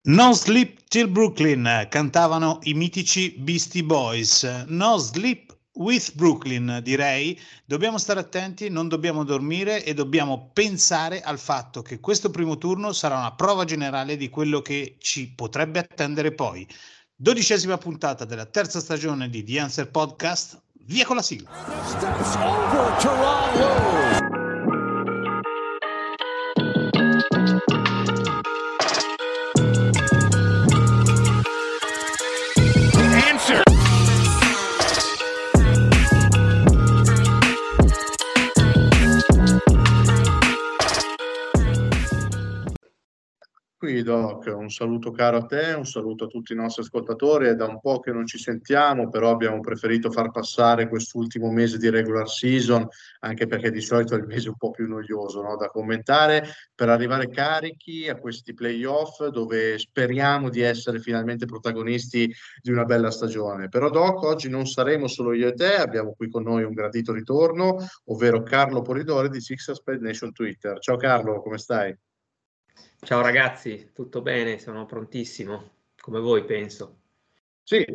No Sleep Till Brooklyn, cantavano i mitici Beastie Boys. No Sleep with Brooklyn, direi. Dobbiamo stare attenti, non dobbiamo dormire e dobbiamo pensare al fatto che questo primo turno sarà una prova generale di quello che ci potrebbe attendere poi. 12ª puntata della terza stagione di The Answer Podcast. Via con la sigla. Steps over Toronto. Qui Doc, un saluto caro a te, un saluto a tutti i nostri ascoltatori. È da un po' che non ci sentiamo, però abbiamo preferito far passare quest'ultimo mese di regular season, anche perché di solito è il mese un po' più noioso, no, da commentare, per arrivare carichi a questi playoff dove speriamo di essere finalmente protagonisti di una bella stagione. Però Doc, oggi non saremo solo io e te, abbiamo qui con noi un gradito ritorno, ovvero Carlo Polidori di Sixers Paid Nation Twitter. Ciao Carlo, come stai? Ciao ragazzi, tutto bene? Sono prontissimo, come voi penso. Sì,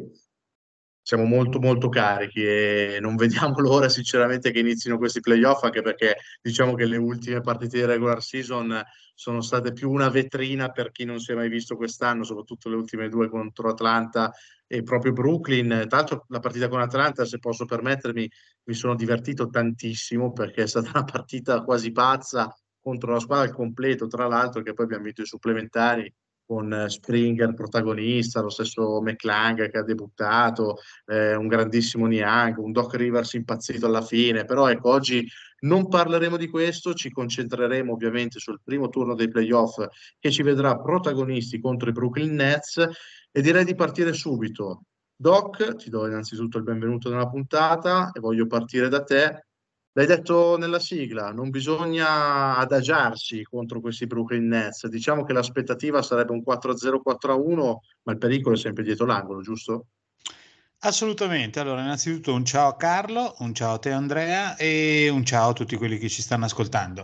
siamo molto molto carichi e non vediamo l'ora sinceramente che inizino questi playoff, anche perché diciamo che le ultime partite di regular season sono state più una vetrina per chi non si è mai visto quest'anno, soprattutto le ultime due contro Atlanta e proprio Brooklyn. Tra l'altro la partita con Atlanta, se posso permettermi, mi sono divertito tantissimo perché è stata una partita quasi pazza contro la squadra al completo, tra l'altro, che poi abbiamo vinto i supplementari con Springer protagonista, lo stesso McClung che ha debuttato, un grandissimo Niang, un Doc Rivers impazzito alla fine. Però ecco, oggi non parleremo di questo, ci concentreremo ovviamente sul primo turno dei playoff che ci vedrà protagonisti contro i Brooklyn Nets e direi di partire subito. Doc, ti do innanzitutto il benvenuto nella puntata e voglio partire da te. L'hai detto nella sigla, non bisogna adagiarsi contro questi Brooklyn Nets. Diciamo che l'aspettativa sarebbe un 4-0, 4-1, ma il pericolo è sempre dietro l'angolo, giusto? Assolutamente. Allora, innanzitutto un ciao a Carlo, un ciao a te Andrea e un ciao a tutti quelli che ci stanno ascoltando.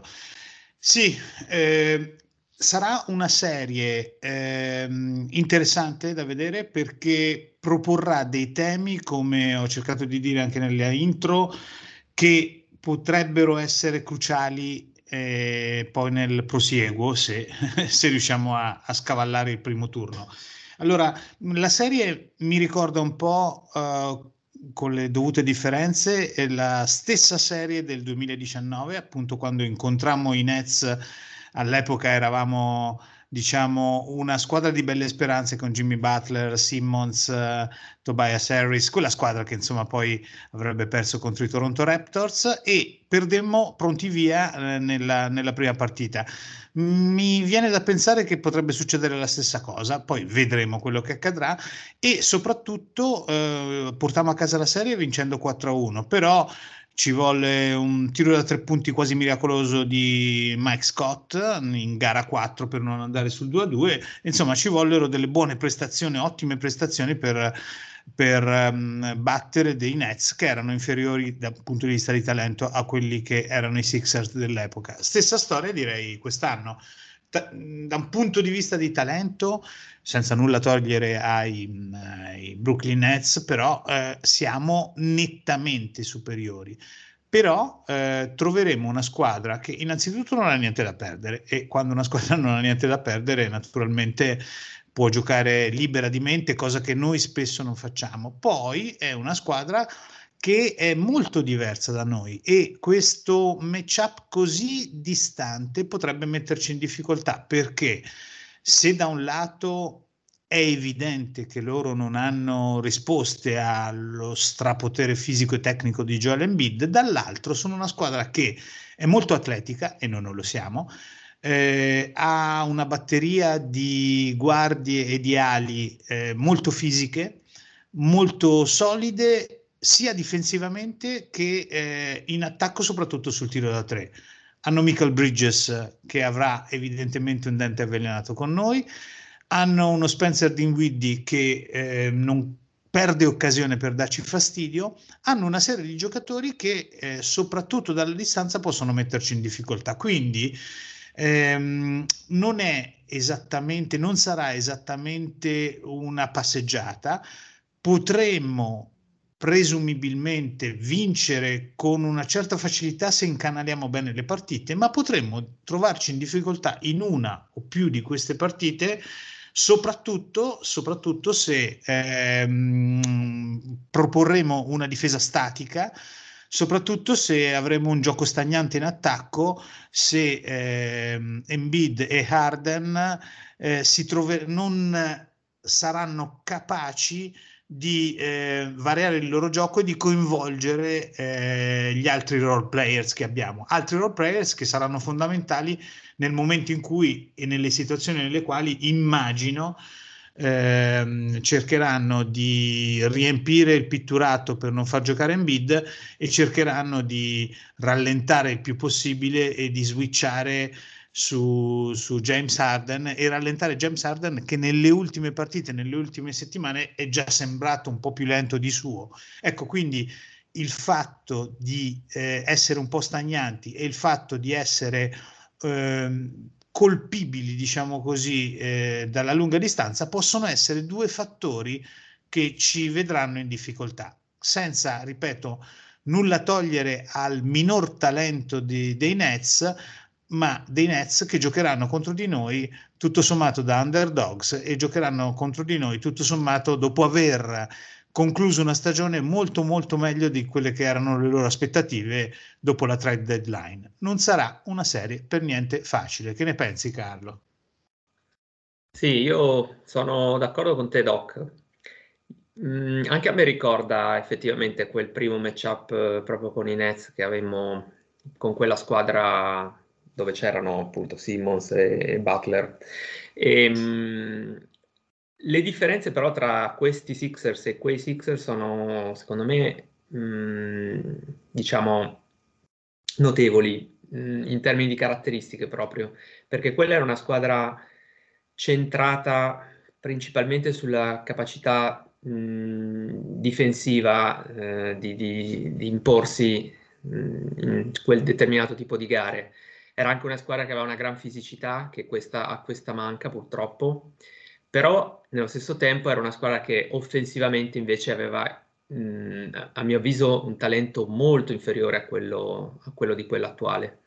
Sì, sarà una serie interessante da vedere perché proporrà dei temi, come ho cercato di dire anche nella intro, che potrebbero essere cruciali poi nel prosieguo se, se riusciamo a scavallare il primo turno. Allora, la serie mi ricorda un po', con le dovute differenze, la stessa serie del 2019, appunto quando incontrammo i Nets. All'epoca eravamo, diciamo, una squadra di belle speranze con Jimmy Butler, Simmons, Tobias Harris, quella squadra che insomma poi avrebbe perso contro i Toronto Raptors e perdemmo pronti via nella prima partita. Mi viene da pensare che potrebbe succedere la stessa cosa, poi vedremo quello che accadrà e soprattutto portiamo a casa la serie vincendo 4-1, però ci volle un tiro da 3 punti quasi miracoloso di Mike Scott in gara 4 per non andare sul 2-2. Insomma, ci vollero delle buone prestazioni, ottime prestazioni per battere dei Nets che erano inferiori dal punto di vista di talento a quelli che erano i Sixers dell'epoca. Stessa storia direi quest'anno. Da un punto di vista di talento, senza nulla togliere ai Brooklyn Nets, però siamo nettamente superiori. Però troveremo una squadra che innanzitutto non ha niente da perdere e quando una squadra non ha niente da perdere naturalmente può giocare libera di mente, cosa che noi spesso non facciamo. Poi è una squadra che è molto diversa da noi e questo matchup così distante potrebbe metterci in difficoltà perché se da un lato è evidente che loro non hanno risposte allo strapotere fisico e tecnico di Joel Embiid, dall'altro sono una squadra che è molto atletica e noi non lo siamo, ha una batteria di guardie e di ali molto fisiche, molto solide sia difensivamente che in attacco, soprattutto sul tiro da tre. Hanno Michael Bridges che avrà evidentemente un dente avvelenato con noi, hanno uno Spencer Dinwiddie che non perde occasione per darci fastidio, hanno una serie di giocatori che soprattutto dalla distanza possono metterci in difficoltà, quindi non è non sarà esattamente una passeggiata. Potremmo presumibilmente vincere con una certa facilità se incanaliamo bene le partite, ma potremmo trovarci in difficoltà in una o più di queste partite, soprattutto se proporremo una difesa statica, soprattutto se avremo un gioco stagnante in attacco, se Embiid e Harden non saranno capaci di variare il loro gioco e di coinvolgere gli altri role players che abbiamo, altri role players che saranno fondamentali nel momento in cui e nelle situazioni nelle quali immagino cercheranno di riempire il pitturato per non far giocare Embiid e cercheranno di rallentare il più possibile e di switchare su James Harden e rallentare James Harden, che nelle ultime partite, nelle ultime settimane è già sembrato un po' più lento di suo. Ecco, quindi il fatto di essere un po' stagnanti e il fatto di essere colpibili, diciamo così, dalla lunga distanza possono essere due fattori che ci vedranno in difficoltà, senza, ripeto, nulla togliere al minor talento dei Nets, ma dei Nets che giocheranno contro di noi tutto sommato da underdogs e giocheranno contro di noi tutto sommato dopo aver concluso una stagione molto molto meglio di quelle che erano le loro aspettative dopo la trade deadline. Non sarà una serie per niente facile. Che ne pensi, Carlo? Sì, io sono d'accordo con te, Doc. Anche a me ricorda effettivamente quel primo matchup proprio con i Nets che avevamo con quella squadra dove c'erano appunto Simmons e Butler. Le differenze però tra questi Sixers e quei Sixers sono, secondo me, diciamo, notevoli in termini di caratteristiche proprio, perché quella era una squadra centrata principalmente sulla capacità difensiva di imporsi in quel determinato tipo di gare. Era anche una squadra che aveva una gran fisicità, che a questa manca purtroppo, però nello stesso tempo era una squadra che offensivamente invece aveva, a mio avviso, un talento molto inferiore a quello di quella attuale.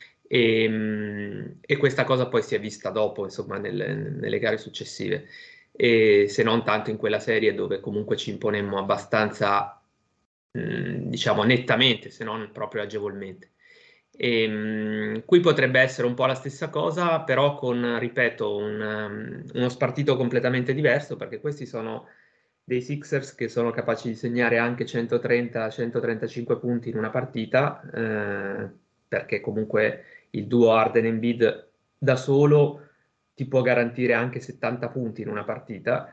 E questa cosa poi si è vista dopo, insomma, nelle gare successive, e se non tanto in quella serie dove comunque ci imponemmo abbastanza, diciamo, nettamente, se non proprio agevolmente. Qui potrebbe essere un po' la stessa cosa, però con, ripeto, uno spartito completamente diverso, perché questi sono dei Sixers che sono capaci di segnare anche 130-135 punti in una partita, perché comunque il duo Harden-Embiid da solo ti può garantire anche 70 punti in una partita.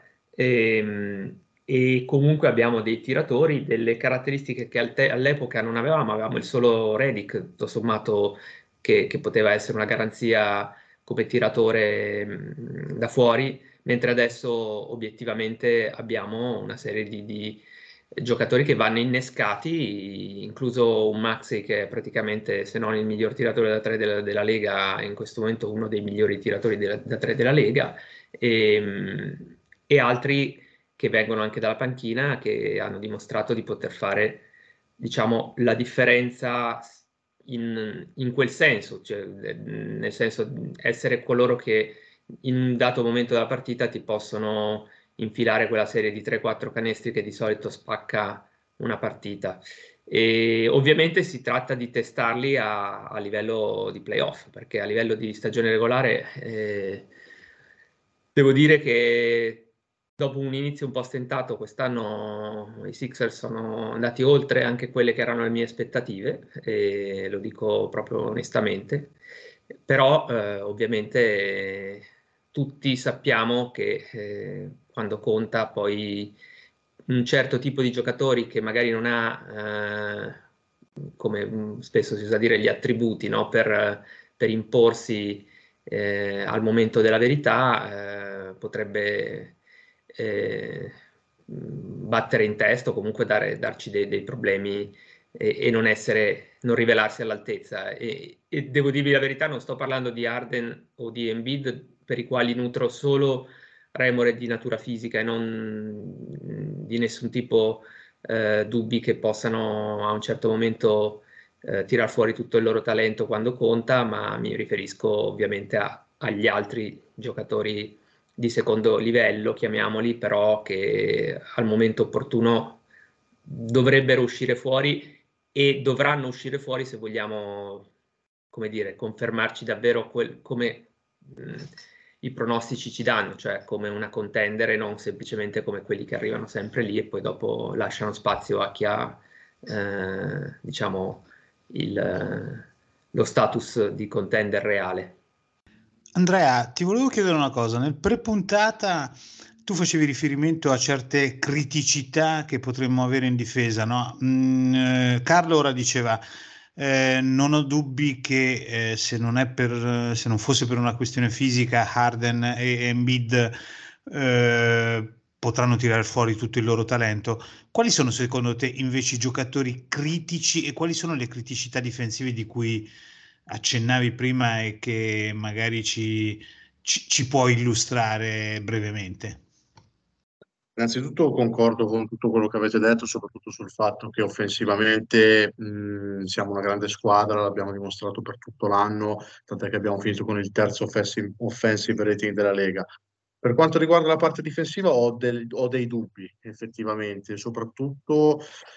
E comunque abbiamo dei tiratori, delle caratteristiche che all'epoca non avevamo il solo Redick, tutto sommato, che poteva essere una garanzia come tiratore da fuori, mentre adesso obiettivamente abbiamo una serie di giocatori che vanno innescati, incluso un Maxey che è praticamente, se non il miglior tiratore da tre della Lega, in questo momento uno dei migliori tiratori da tre della Lega, e altri che vengono anche dalla panchina, che hanno dimostrato di poter fare, diciamo, la differenza in quel senso, cioè, nel senso essere coloro che in un dato momento della partita ti possono infilare quella serie di 3-4 canestri che di solito spacca una partita. E ovviamente si tratta di testarli a livello di playoff, perché a livello di stagione regolare devo dire che dopo un inizio un po' stentato quest'anno i Sixers sono andati oltre anche quelle che erano le mie aspettative, e lo dico proprio onestamente, però ovviamente tutti sappiamo che quando conta poi un certo tipo di giocatori che magari non ha, come spesso si usa dire, gli attributi, no? per imporsi al momento della verità, potrebbe battere in testa o comunque darci dei problemi e non rivelarsi all'altezza. E devo dirvi la verità, non sto parlando di Harden o di Embiid per i quali nutro solo remore di natura fisica e non di nessun tipo dubbi che possano a un certo momento tirar fuori tutto il loro talento quando conta, ma mi riferisco ovviamente agli altri giocatori di secondo livello, chiamiamoli, però che al momento opportuno dovrebbero uscire fuori e dovranno uscire fuori se vogliamo, come dire, confermarci davvero come i pronostici ci danno, cioè come una contender e non semplicemente come quelli che arrivano sempre lì e poi dopo lasciano spazio a chi ha, diciamo, lo status di contender reale. Andrea, ti volevo chiedere una cosa. Nel pre-puntata tu facevi riferimento a certe criticità che potremmo avere in difesa, no? Carlo ora diceva non ho dubbi che se non fosse per una questione fisica, Harden e Embiid potranno tirare fuori tutto il loro talento. Quali sono secondo te invece i giocatori critici e quali sono le criticità difensive di cui accennavi prima e che magari ci puoi illustrare brevemente? Innanzitutto concordo con tutto quello che avete detto, soprattutto sul fatto che offensivamente siamo una grande squadra, l'abbiamo dimostrato per tutto l'anno, tant'è che abbiamo finito con il terzo offensive rating della Lega. Per quanto riguarda la parte difensiva ho dei dubbi, effettivamente, soprattutto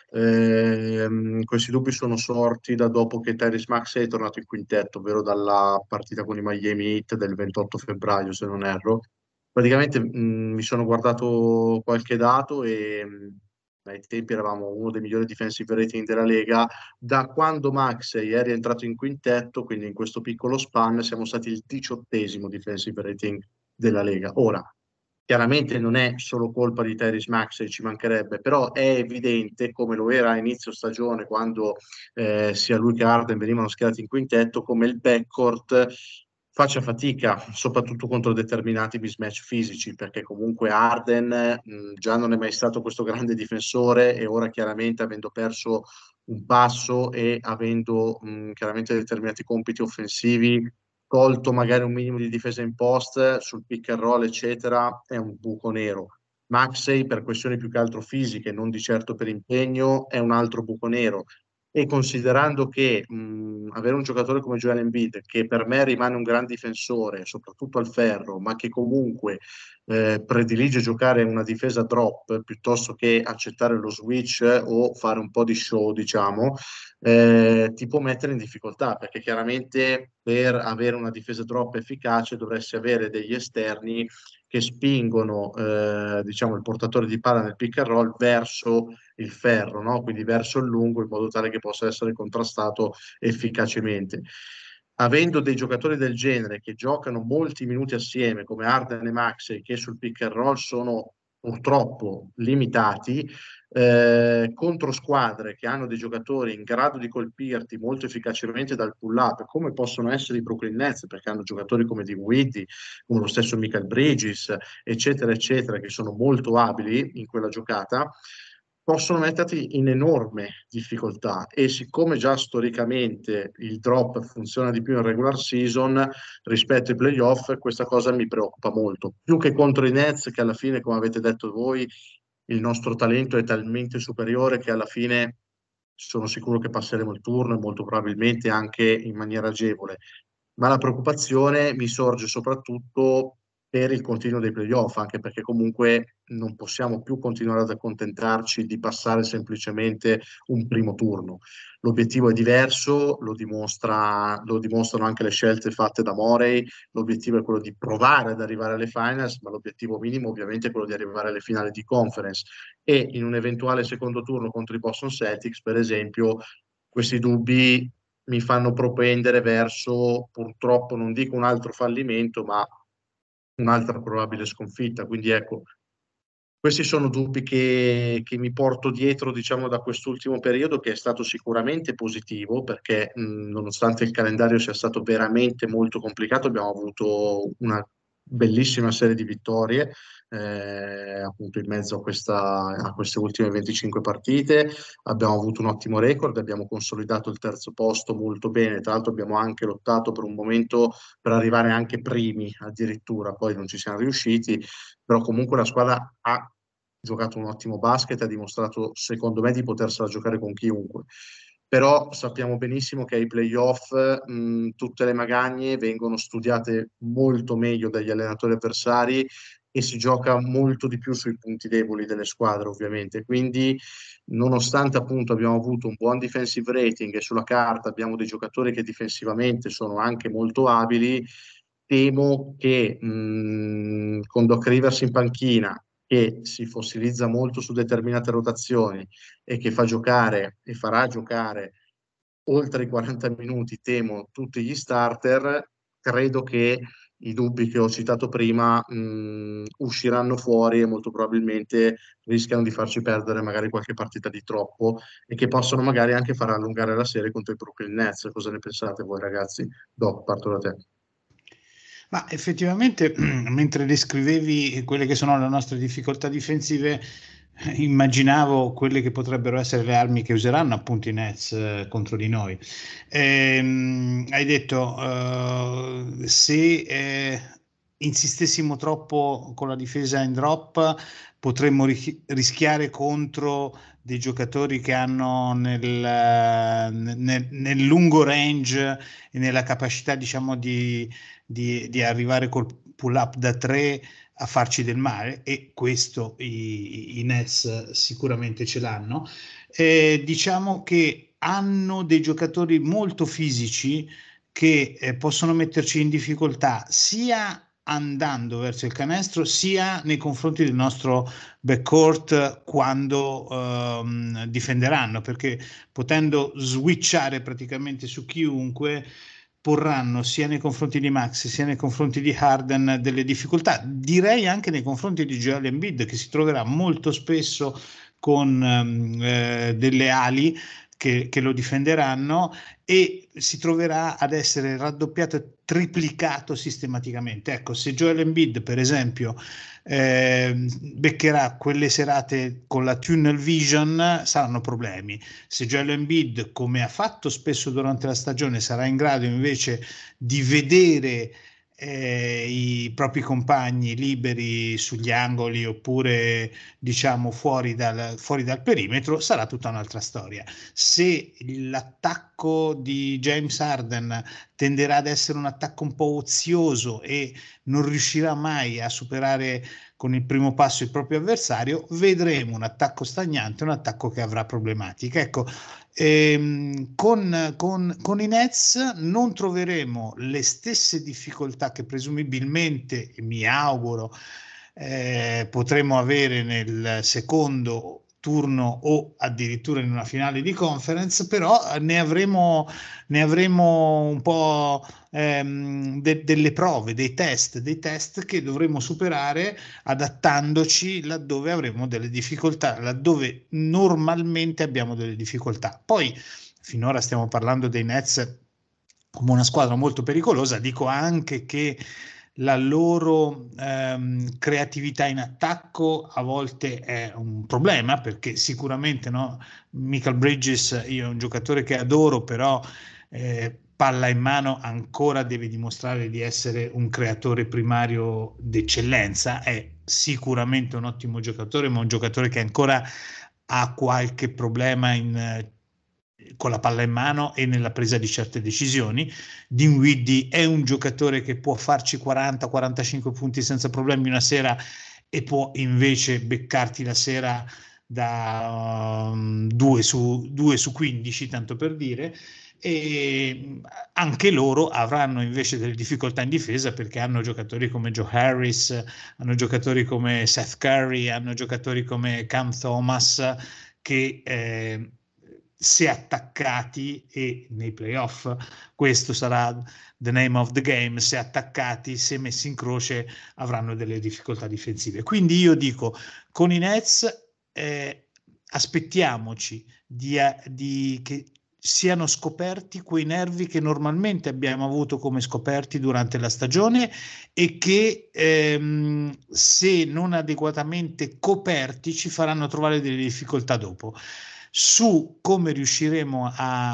questi dubbi sono sorti da dopo che Tyrese Maxey è tornato in quintetto, ovvero dalla partita con i Miami Heat del 28 febbraio, se non erro. Praticamente mi sono guardato qualche dato e ai tempi eravamo uno dei migliori defensive rating della Lega. Da quando Maxey è rientrato in quintetto, quindi in questo piccolo span, siamo stati il 18° defensive rating della Lega. Ora, chiaramente non è solo colpa di Tyrese Maxey, ci mancherebbe, però è evidente, come lo era a inizio stagione, quando sia lui che Harden venivano schierati in quintetto, come il backcourt faccia fatica, soprattutto contro determinati mismatch fisici, perché comunque Harden già non è mai stato questo grande difensore e ora chiaramente avendo perso un passo e avendo chiaramente determinati compiti offensivi, tolto magari un minimo di difesa in post sul pick and roll, eccetera, è un buco nero. Maxey per questioni più che altro fisiche, non di certo per impegno, è un altro buco nero. E considerando che avere un giocatore come Joel Embiid, che per me rimane un gran difensore, soprattutto al ferro, ma che comunque predilige giocare una difesa drop piuttosto che accettare lo switch o fare un po' di show, diciamo, ti può mettere in difficoltà, perché chiaramente per avere una difesa drop efficace dovresti avere degli esterni che spingono diciamo, il portatore di palla nel pick and roll verso il ferro, no? Quindi verso il lungo, in modo tale che possa essere contrastato efficacemente. Avendo dei giocatori del genere che giocano molti minuti assieme, come Harden e Maxey, che sul pick and roll sono purtroppo limitati, contro squadre che hanno dei giocatori in grado di colpirti molto efficacemente dal pull-up, come possono essere i Brooklyn Nets, perché hanno giocatori come Dinwiddie, come lo stesso Michael Bridges, eccetera, eccetera, che sono molto abili in quella giocata, possono metterti in enorme difficoltà. E siccome già storicamente il drop funziona di più in regular season rispetto ai playoff, questa cosa mi preoccupa molto. Più che contro i Nets, che alla fine, come avete detto voi, il nostro talento è talmente superiore che alla fine sono sicuro che passeremo il turno e molto probabilmente anche in maniera agevole. Ma la preoccupazione mi sorge soprattutto per il continuo dei playoff, anche perché comunque non possiamo più continuare ad accontentarci di passare semplicemente un primo turno. L'obiettivo è diverso, lo dimostrano anche le scelte fatte da Morey, l'obiettivo è quello di provare ad arrivare alle finals, ma l'obiettivo minimo ovviamente è quello di arrivare alle finali di conference e in un eventuale secondo turno contro i Boston Celtics, per esempio, questi dubbi mi fanno propendere verso, purtroppo non dico un altro fallimento, ma un'altra probabile sconfitta. Quindi ecco, questi sono dubbi che mi porto dietro, diciamo, da quest'ultimo periodo, che è stato sicuramente positivo, perché nonostante il calendario sia stato veramente molto complicato, abbiamo avuto una bellissima serie di vittorie, appunto in mezzo a queste ultime 25 partite. Abbiamo avuto un ottimo record, abbiamo consolidato il terzo posto molto bene, tra l'altro abbiamo anche lottato per un momento per arrivare anche primi addirittura, poi non ci siamo riusciti, però comunque la squadra ha giocato un ottimo basket, ha dimostrato secondo me di potersela giocare con chiunque. Però sappiamo benissimo che ai playoff tutte le magagne vengono studiate molto meglio dagli allenatori avversari e si gioca molto di più sui punti deboli delle squadre, ovviamente. Quindi, nonostante appunto abbiamo avuto un buon defensive rating e sulla carta abbiamo dei giocatori che difensivamente sono anche molto abili, temo che con Doc Rivers in panchina, che si fossilizza molto su determinate rotazioni e che fa giocare e farà giocare oltre i 40 minuti, temo, tutti gli starter, credo che i dubbi che ho citato prima usciranno fuori e molto probabilmente rischiano di farci perdere magari qualche partita di troppo e che possono magari anche far allungare la serie contro i Brooklyn Nets. Cosa ne pensate voi, ragazzi? Doc, parto da te. Ma effettivamente, mentre descrivevi quelle che sono le nostre difficoltà difensive, immaginavo quelle che potrebbero essere le armi che useranno appunto i Nets contro di noi. Hai detto, se insistessimo troppo con la difesa in drop, potremmo rischiare contro dei giocatori che hanno nel lungo range e nella capacità, diciamo, di arrivare col pull up da 3 a farci del male, e questo i Nets sicuramente ce l'hanno. Diciamo che hanno dei giocatori molto fisici che possono metterci in difficoltà sia andando verso il canestro sia nei confronti del nostro backcourt quando difenderanno, perché potendo switchare praticamente su chiunque porranno sia nei confronti di Max sia nei confronti di Harden delle difficoltà, direi anche nei confronti di Joel Embiid, che si troverà molto spesso con delle ali che lo difenderanno, e si troverà ad essere raddoppiato e triplicato sistematicamente. Ecco, se Joel Embiid per esempio beccherà quelle serate con la tunnel vision, saranno problemi. Se Joel Embiid, come ha fatto spesso durante la stagione, sarà in grado invece di vedere i propri compagni liberi sugli angoli oppure diciamo fuori dal perimetro, sarà tutta un'altra storia. Se l'attacco di James Harden tenderà ad essere un attacco un po' ozioso e non riuscirà mai a superare con il primo passo il proprio avversario, vedremo un attacco stagnante, un attacco che avrà problematiche. Ecco, con i Nets non troveremo le stesse difficoltà che presumibilmente, mi auguro, potremo avere nel secondo turno o addirittura in una finale di conference, però ne avremo un po' delle prove, dei test che dovremo superare adattandoci laddove avremo delle difficoltà, laddove normalmente abbiamo delle difficoltà. Poi finora stiamo parlando dei Nets come una squadra molto pericolosa, dico anche che la loro creatività in attacco a volte è un problema, perché sicuramente no, Michael Bridges, io è un giocatore che adoro, però palla in mano ancora deve dimostrare di essere un creatore primario d'eccellenza. È sicuramente un ottimo giocatore, ma un giocatore che ancora ha qualche problema con la palla in mano e nella presa di certe decisioni. Dinwiddie è un giocatore che può farci 40-45 punti senza problemi una sera e può invece beccarti la sera da 2 su 15, tanto per dire, e anche loro avranno invece delle difficoltà in difesa, perché hanno giocatori come Joe Harris, hanno giocatori come Seth Curry, hanno giocatori come Cam Thomas che se attaccati, e nei playoff questo sarà the name of the game, se attaccati, se messi in croce, avranno delle difficoltà difensive. Quindi io dico, con i Nets aspettiamoci che siano scoperti quei nervi che normalmente abbiamo avuto come scoperti durante la stagione e che se non adeguatamente coperti ci faranno trovare delle difficoltà dopo. Su come riusciremo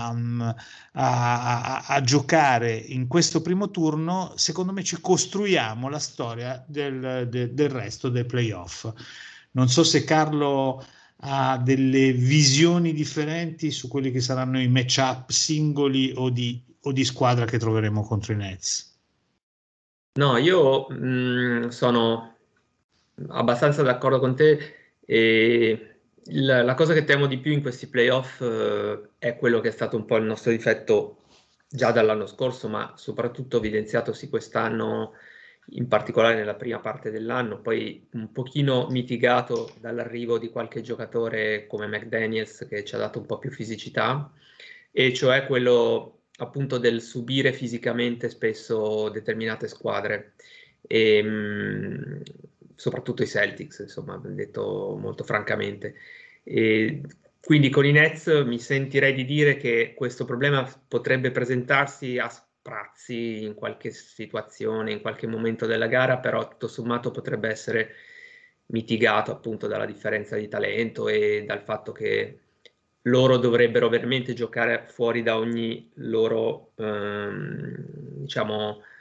a giocare in questo primo turno, secondo me ci costruiamo la storia del resto dei playoff. Non so se Carlo ha delle visioni differenti su quelli che saranno i match-up singoli o di squadra che troveremo contro i Nets. No, io sono abbastanza d'accordo con te e la cosa che temo di più in questi playoff è quello che è stato un po' il nostro difetto già dall'anno scorso, ma soprattutto evidenziatosi quest'anno, in particolare nella prima parte dell'anno, poi un pochino mitigato dall'arrivo di qualche giocatore come McDaniels che ci ha dato un po' più fisicità, e cioè quello appunto del subire fisicamente spesso determinate squadre. E, soprattutto i Celtics, insomma, detto molto francamente. E quindi con i Nets mi sentirei di dire che questo problema potrebbe presentarsi a sprazzi in qualche situazione, in qualche momento della gara, però tutto sommato potrebbe essere mitigato appunto dalla differenza di talento e dal fatto che loro dovrebbero veramente giocare fuori da ogni loro, diciamo,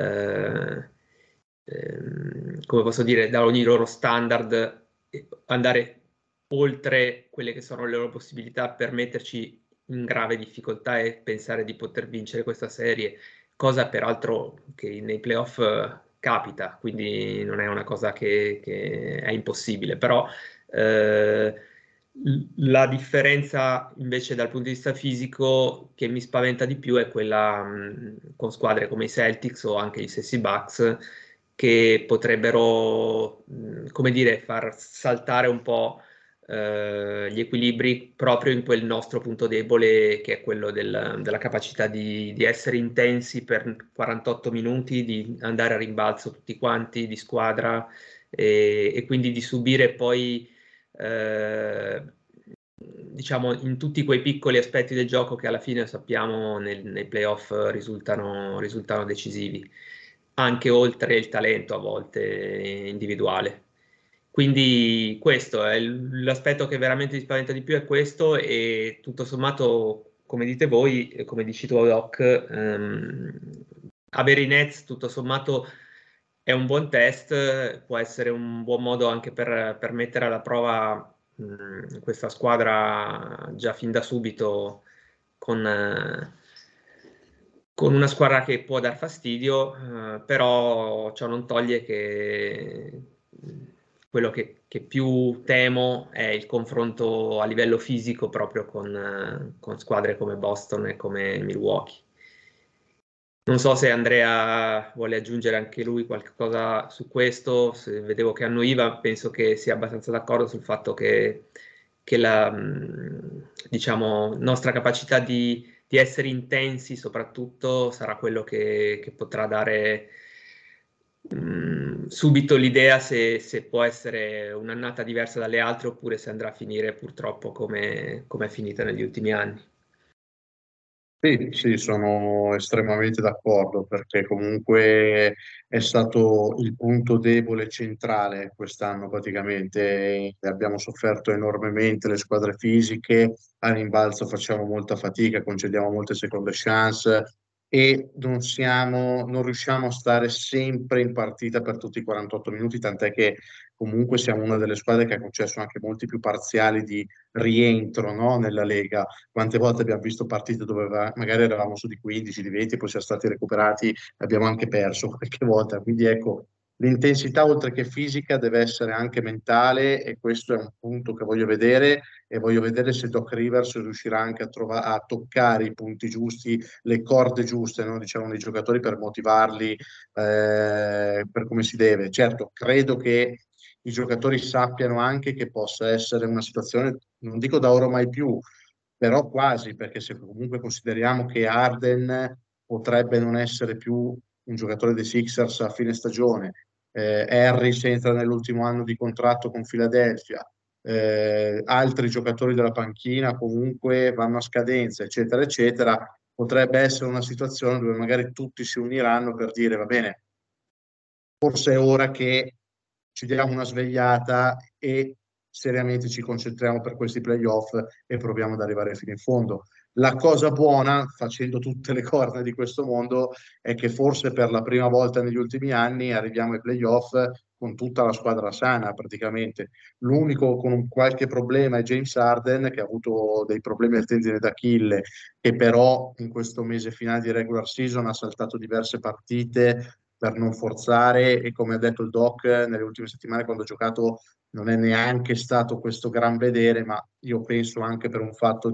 come posso dire, da ogni loro standard, andare oltre quelle che sono le loro possibilità per metterci in grave difficoltà e pensare di poter vincere questa serie, cosa peraltro che nei playoff capita, quindi non è una cosa che è impossibile, però la differenza invece dal punto di vista fisico che mi spaventa di più è quella con squadre come i Celtics o anche gli stessi Bucks, che potrebbero, come dire, far saltare un po' gli equilibri proprio in quel nostro punto debole, che è quello della capacità di essere intensi per 48 minuti, di andare a rimbalzo tutti quanti di squadra e quindi di subire poi diciamo in tutti quei piccoli aspetti del gioco che alla fine sappiamo nei playoff risultano decisivi, anche oltre il talento a volte individuale. Quindi questo è l'aspetto che veramente mi spaventa di più, è questo, e tutto sommato, come dite voi, e come dici tu, Doc, avere i Nets tutto sommato è un buon test, può essere un buon modo anche per mettere alla prova questa squadra già fin da subito con una squadra che può dar fastidio, però ciò non toglie che quello che più temo è il confronto a livello fisico proprio con squadre come Boston e come Milwaukee. Non so se Andrea vuole aggiungere anche lui qualcosa su questo, se vedevo che annuiva, penso che sia abbastanza d'accordo sul fatto che la diciamo, nostra capacità di essere intensi soprattutto sarà quello che potrà dare subito l'idea se può essere un'annata diversa dalle altre oppure se andrà a finire purtroppo come è finita negli ultimi anni. Sì, sì, sono estremamente d'accordo perché comunque è stato il punto debole centrale quest'anno praticamente. Abbiamo sofferto enormemente le squadre fisiche, a rimbalzo facciamo molta fatica, concediamo molte seconde chance e non riusciamo a stare sempre in partita per tutti i 48 minuti, tant'è che comunque siamo una delle squadre che ha concesso anche molti più parziali di rientro, no, nella Lega. Quante volte abbiamo visto partite dove magari eravamo su di 15, di 20, poi siamo stati recuperati e abbiamo anche perso qualche volta. Quindi ecco, l'intensità oltre che fisica deve essere anche mentale e questo è un punto che voglio vedere e voglio vedere se Doc Rivers riuscirà anche a toccare i punti giusti, le corde giuste, no? Diciamo, nei giocatori per motivarli per come si deve. Certo, credo che i giocatori sappiano anche che possa essere una situazione, non dico da ora mai più, però quasi, perché se comunque consideriamo che Harden potrebbe non essere più un giocatore dei Sixers a fine stagione, Harris entra nell'ultimo anno di contratto con Philadelphia, altri giocatori della panchina comunque vanno a scadenza, eccetera, eccetera, potrebbe essere una situazione dove magari tutti si uniranno per dire va bene, forse è ora che ci diamo una svegliata e seriamente ci concentriamo per questi playoff e proviamo ad arrivare fino in fondo. La cosa buona, facendo tutte le corna di questo mondo, è che forse per la prima volta negli ultimi anni arriviamo ai playoff con tutta la squadra sana praticamente. L'unico con un qualche problema è James Harden, che ha avuto dei problemi al tendine d'Achille, che però in questo mese finale di regular season ha saltato diverse partite per non forzare, e come ha detto il Doc nelle ultime settimane quando ha giocato non è neanche stato questo gran vedere, ma io penso anche per un fatto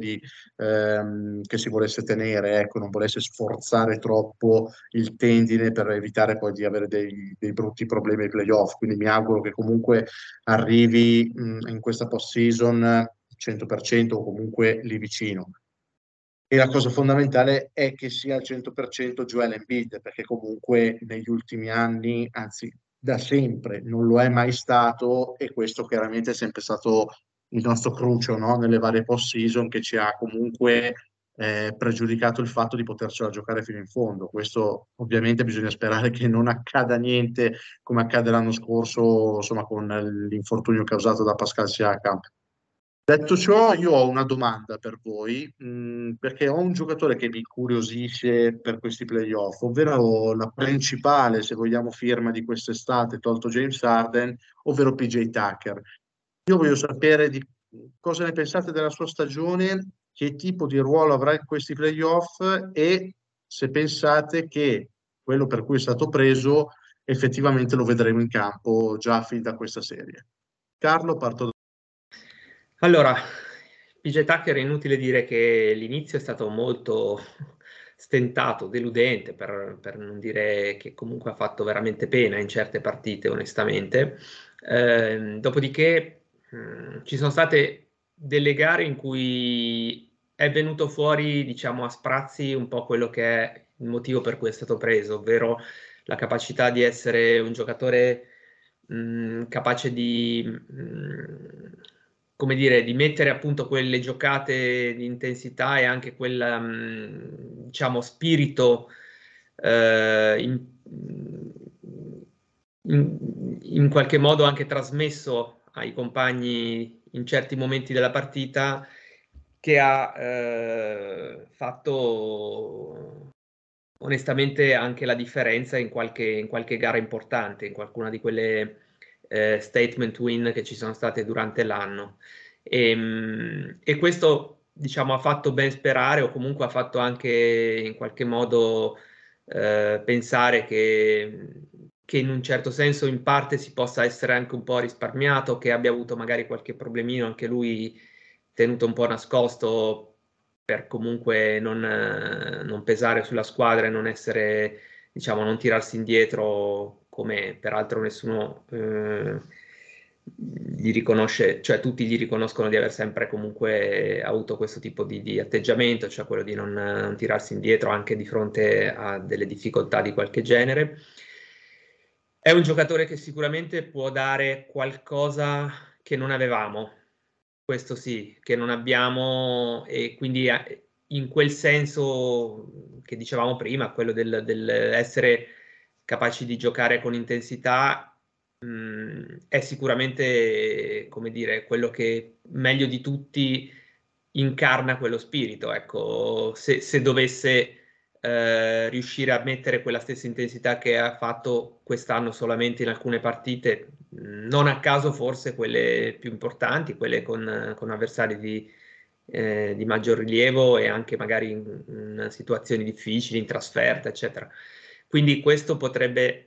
che si volesse tenere, ecco, non volesse sforzare troppo il tendine per evitare poi di avere dei brutti problemi ai playoff. Quindi mi auguro che comunque arrivi in questa post-season 100% o comunque lì vicino. E la cosa fondamentale è che sia al 100% Joel Embiid, perché comunque negli ultimi anni, anzi da sempre, non lo è mai stato, e questo chiaramente è sempre stato il nostro crucio, no? Nelle varie post-season, che ci ha comunque pregiudicato il fatto di potercela giocare fino in fondo. Questo ovviamente bisogna sperare che non accada niente come accade l'anno scorso, insomma, con l'infortunio causato da Pascal Siakam. Detto ciò, io ho una domanda per voi, perché ho un giocatore che mi incuriosisce per questi playoff, ovvero la principale, se vogliamo, firma di quest'estate, tolto James Harden, ovvero PJ Tucker. Io voglio sapere di cosa ne pensate della sua stagione, che tipo di ruolo avrà in questi playoff e se pensate che quello per cui è stato preso effettivamente lo vedremo in campo già fin da questa serie. Carlo, parto da... Allora, PJ Tucker è inutile dire che l'inizio è stato molto stentato, deludente, per non dire che comunque ha fatto veramente pena in certe partite, onestamente. Dopodiché ci sono state delle gare in cui è venuto fuori, diciamo, a sprazzi un po' quello che è il motivo per cui è stato preso, ovvero la capacità di essere un giocatore capace di, come dire, di mettere appunto quelle giocate di intensità e anche quel, diciamo, spirito in qualche modo anche trasmesso ai compagni in certi momenti della partita, che ha fatto onestamente anche la differenza in qualche gara importante, in qualcuna di quelle statement win che ci sono state durante l'anno. E questo, diciamo, ha fatto ben sperare, o comunque ha fatto anche in qualche modo pensare che in un certo senso in parte si possa essere anche un po' risparmiato, che abbia avuto magari qualche problemino anche lui tenuto un po' nascosto per comunque non pesare sulla squadra e non essere, diciamo, non tirarsi indietro, come peraltro nessuno gli riconosce, cioè tutti gli riconoscono di aver sempre comunque avuto questo tipo di atteggiamento, cioè quello di non tirarsi indietro anche di fronte a delle difficoltà di qualche genere. È un giocatore che sicuramente può dare qualcosa che non avevamo, questo sì, che non abbiamo, e quindi in quel senso che dicevamo prima, quello del essere capaci di giocare con intensità, è sicuramente, come dire, quello che meglio di tutti incarna quello spirito. Ecco, se dovesse riuscire a mettere quella stessa intensità che ha fatto quest'anno solamente in alcune partite, non a caso forse quelle più importanti, quelle con avversari di maggior rilievo e anche magari in situazioni difficili, in trasferta, eccetera. Quindi questo potrebbe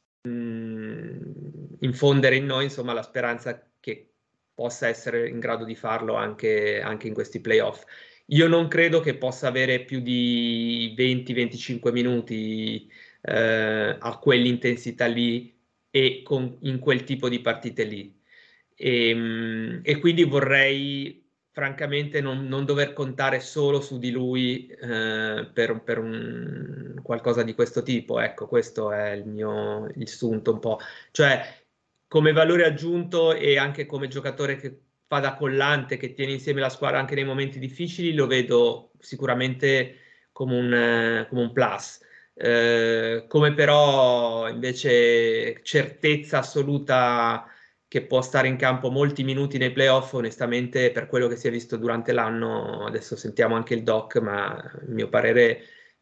infondere in noi, insomma, la speranza che possa essere in grado di farlo anche in questi playoff. Io non credo che possa avere più di 20-25 minuti a quell'intensità lì e in quel tipo di partite lì. E quindi vorrei francamente non dover contare solo su di lui per qualcosa di questo tipo. Ecco, questo è il sunto un po'. Cioè, come valore aggiunto e anche come giocatore che spada collante che tiene insieme la squadra anche nei momenti difficili, lo vedo sicuramente come un plus. Come però invece certezza assoluta che può stare in campo molti minuti nei playoff, onestamente per quello che si è visto durante l'anno, adesso sentiamo anche il doc, ma a mio parere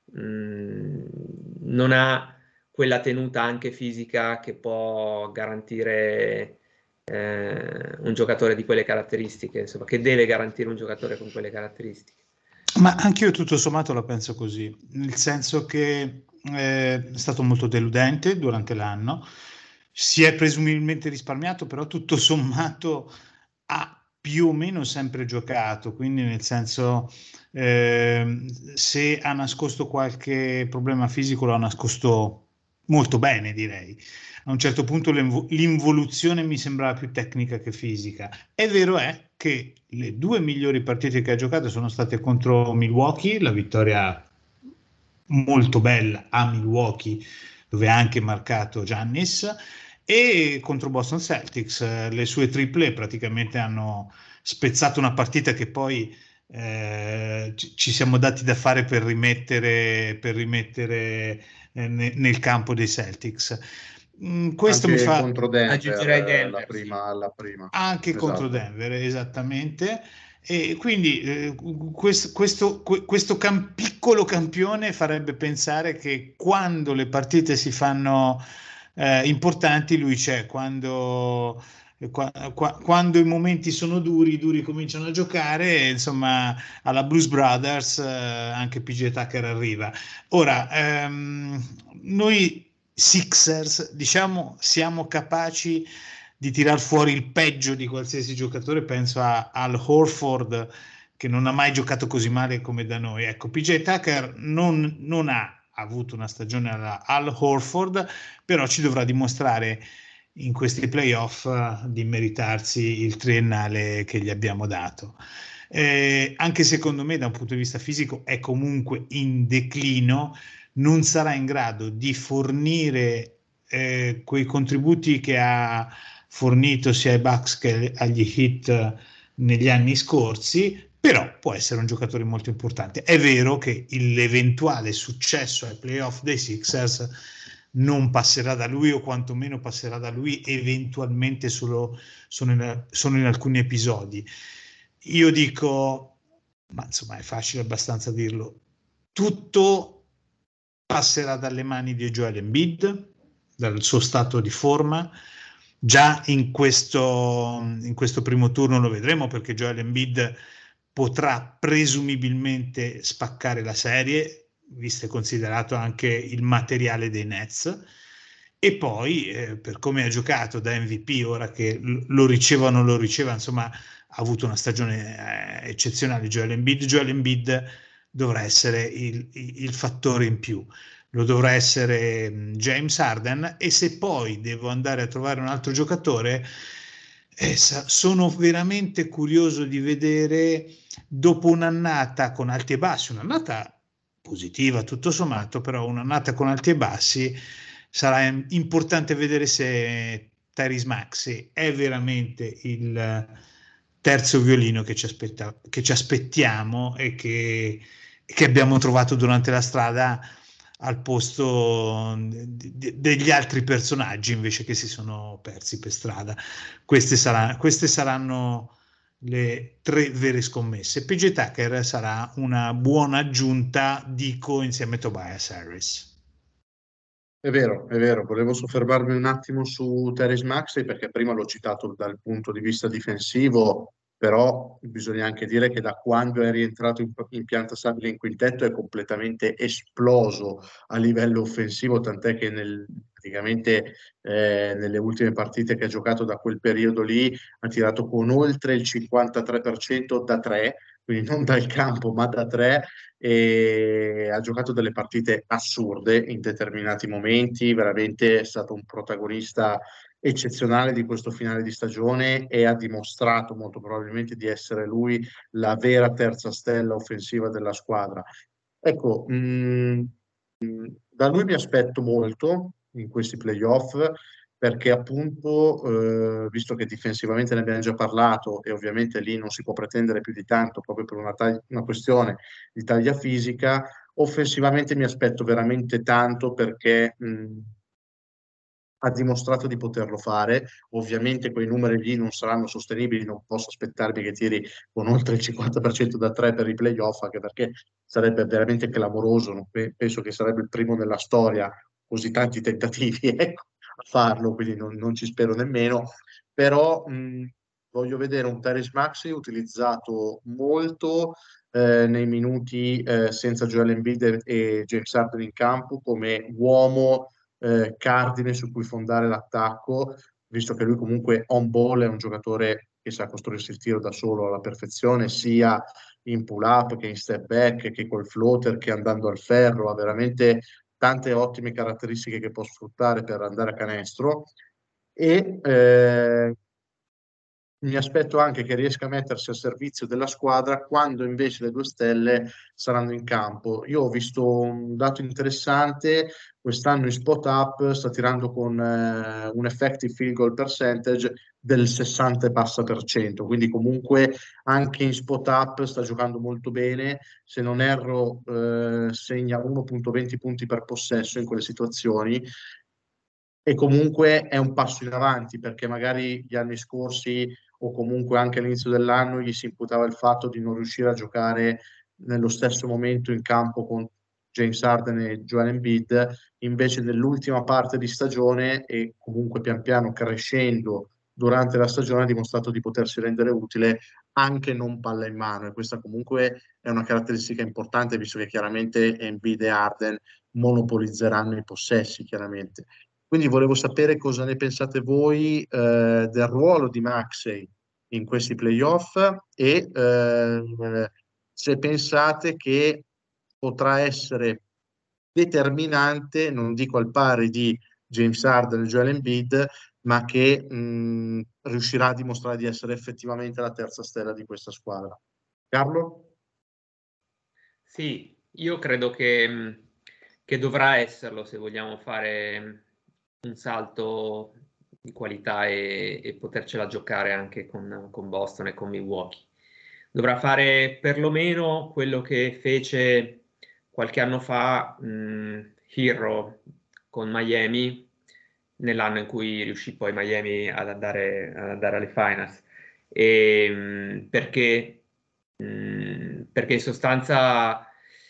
non ha quella tenuta anche fisica che può garantire un giocatore di quelle caratteristiche, insomma, che deve garantire un giocatore con quelle caratteristiche. Ma anche io tutto sommato la penso così, nel senso che è stato molto deludente durante l'anno, si è presumibilmente risparmiato, però tutto sommato ha più o meno sempre giocato, quindi nel senso se ha nascosto qualche problema fisico lo ha nascosto molto bene, direi. A un certo punto l'involuzione mi sembrava più tecnica che fisica. È vero è che le due migliori partite che ha giocato sono state contro Milwaukee, la vittoria molto bella a Milwaukee, dove ha anche marcato Giannis, e contro Boston Celtics. Le sue triple praticamente hanno spezzato una partita che poi ci siamo dati da fare per rimettere nel campo dei Celtics. Questo anche mi fa contro Denver, aggiungerei Denver, alla prima. anche Esatto. contro Denver, esattamente. E quindi questo piccolo campione farebbe pensare che quando le partite si fanno importanti lui c'è, quando i momenti sono duri cominciano a giocare, insomma alla Blues Brothers anche PJ Tucker arriva. Ora noi Sixers, diciamo, siamo capaci di tirar fuori il peggio di qualsiasi giocatore. Penso al Horford, che non ha mai giocato così male come da noi. Ecco, PJ Tucker non ha avuto una stagione al Horford, però ci dovrà dimostrare in questi playoff di meritarsi il triennale che gli abbiamo dato. Anche secondo me da un punto di vista fisico è comunque in declino, non sarà in grado di fornire quei contributi che ha fornito sia ai Bucks che agli Heat negli anni scorsi, però può essere un giocatore molto importante. È vero che l'eventuale successo ai playoff dei Sixers non passerà da lui, o quantomeno passerà da lui eventualmente solo in alcuni episodi. Io dico, ma insomma è facile abbastanza dirlo, tutto passerà dalle mani di Joel Embiid, dal suo stato di forma. Già in questo primo turno lo vedremo, perché Joel Embiid potrà presumibilmente spaccare la serie, visto e considerato anche il materiale dei Nets. E poi per come ha giocato da MVP, ora che lo riceva o non lo riceva, insomma ha avuto una stagione eccezionale Joel Embiid dovrà essere il fattore in più. Lo dovrà essere James Harden, e se poi devo andare a trovare un altro giocatore, sono veramente curioso di vedere, dopo un'annata con alti e bassi, un'annata positiva tutto sommato, però un'annata con alti e bassi, sarà importante vedere se Tyrese Maxey è veramente il terzo violino che ci aspettiamo e che abbiamo trovato durante la strada al posto degli altri personaggi invece che si sono persi per strada. Queste saranno le 3 vere scommesse. PJ Tucker sarà una buona aggiunta, dico, insieme a Tobias Harris. È vero, volevo soffermarmi un attimo su Tyrese Maxey perché prima l'ho citato dal punto di vista difensivo, però bisogna anche dire che da quando è rientrato in pianta stabile in quintetto è completamente esploso a livello offensivo, tant'è che praticamente nelle ultime partite che ha giocato da quel periodo lì ha tirato con oltre il 53% da 3, quindi non dal campo ma da 3, e ha giocato delle partite assurde in determinati momenti, veramente è stato un protagonista eccezionale di questo finale di stagione e ha dimostrato molto probabilmente di essere lui la vera terza stella offensiva della squadra. Ecco, da lui mi aspetto molto in questi playoff. perché appunto, visto che difensivamente ne abbiamo già parlato e ovviamente lì non si può pretendere più di tanto proprio per una questione di taglia fisica, offensivamente mi aspetto veramente tanto perché ha dimostrato di poterlo fare. Ovviamente quei numeri lì non saranno sostenibili, non posso aspettarmi che tiri con oltre il 50% da 3 per i playoff, anche perché sarebbe veramente clamoroso, penso che sarebbe il primo nella storia, così tanti tentativi ecco, a farlo, quindi non ci spero nemmeno, però voglio vedere un Tyrese Maxey utilizzato molto nei minuti senza Joel Embiid e James Harden in campo come uomo cardine su cui fondare l'attacco, visto che lui comunque on ball è un giocatore che sa costruirsi il tiro da solo alla perfezione, sia in pull up che in step back, che col floater, che andando al ferro, ha veramente tante ottime caratteristiche che può sfruttare per andare a canestro e mi aspetto anche che riesca a mettersi al servizio della squadra quando invece le due stelle saranno in campo. Io ho visto un dato interessante, quest'anno in spot up sta tirando con un effective field goal percentage del 60 e passa per cento, quindi comunque anche in spot up sta giocando molto bene, se non erro segna 1,20 punti per possesso in quelle situazioni e comunque è un passo in avanti perché magari gli anni scorsi o comunque anche all'inizio dell'anno gli si imputava il fatto di non riuscire a giocare nello stesso momento in campo con James Harden e Joel Embiid, invece nell'ultima parte di stagione e comunque pian piano crescendo durante la stagione ha dimostrato di potersi rendere utile anche non palla in mano e questa comunque è una caratteristica importante visto che chiaramente Embiid e Harden monopolizzeranno i possessi chiaramente. Quindi volevo sapere cosa ne pensate voi del ruolo di Maxey in questi playoff e se pensate che potrà essere determinante, non dico al pari di James Harden e Joel Embiid, ma che riuscirà a dimostrare di essere effettivamente la terza stella di questa squadra. Carlo? Sì, io credo che dovrà esserlo se vogliamo fare un salto di qualità e potercela giocare anche con Boston e con Milwaukee. Dovrà fare perlomeno quello che fece qualche anno fa Hero con Miami, nell'anno in cui riuscì poi Miami ad andare alle finals. Perché in sostanza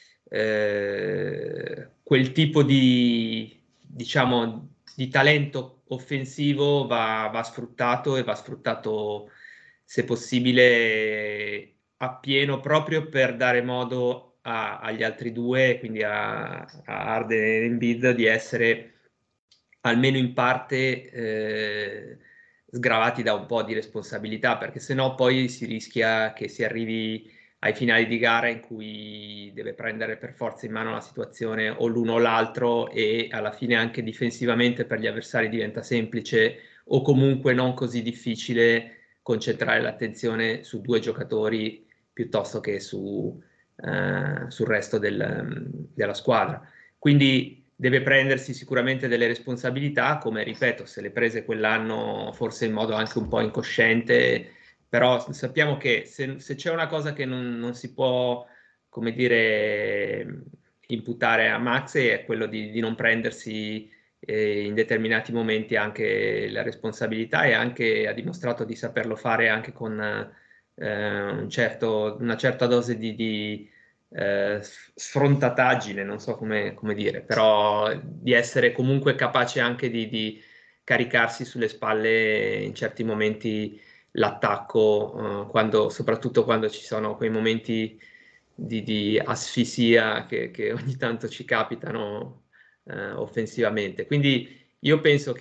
quel tipo di, diciamo, di talento offensivo va sfruttato e va sfruttato se possibile appieno proprio per dare modo agli altri due, quindi a Harden e Embiid, di essere almeno in parte sgravati da un po' di responsabilità, perché sennò poi si rischia che si arrivi ai finali di gara in cui deve prendere per forza in mano la situazione o l'uno o l'altro e alla fine anche difensivamente per gli avversari diventa semplice o comunque non così difficile concentrare l'attenzione su due giocatori piuttosto che sul resto della squadra. Quindi deve prendersi sicuramente delle responsabilità, come ripeto, se le prese quell'anno forse in modo anche un po' incosciente, però sappiamo che se c'è una cosa che non si può, come dire, imputare a Max è quello di non prendersi in determinati momenti anche la responsabilità e anche ha dimostrato di saperlo fare anche con una certa dose di sfrontataggine, non so come dire, però di essere comunque capace anche di caricarsi sulle spalle in certi momenti l'attacco, soprattutto quando ci sono quei momenti di asfissia che ogni tanto ci capitano offensivamente. Quindi io penso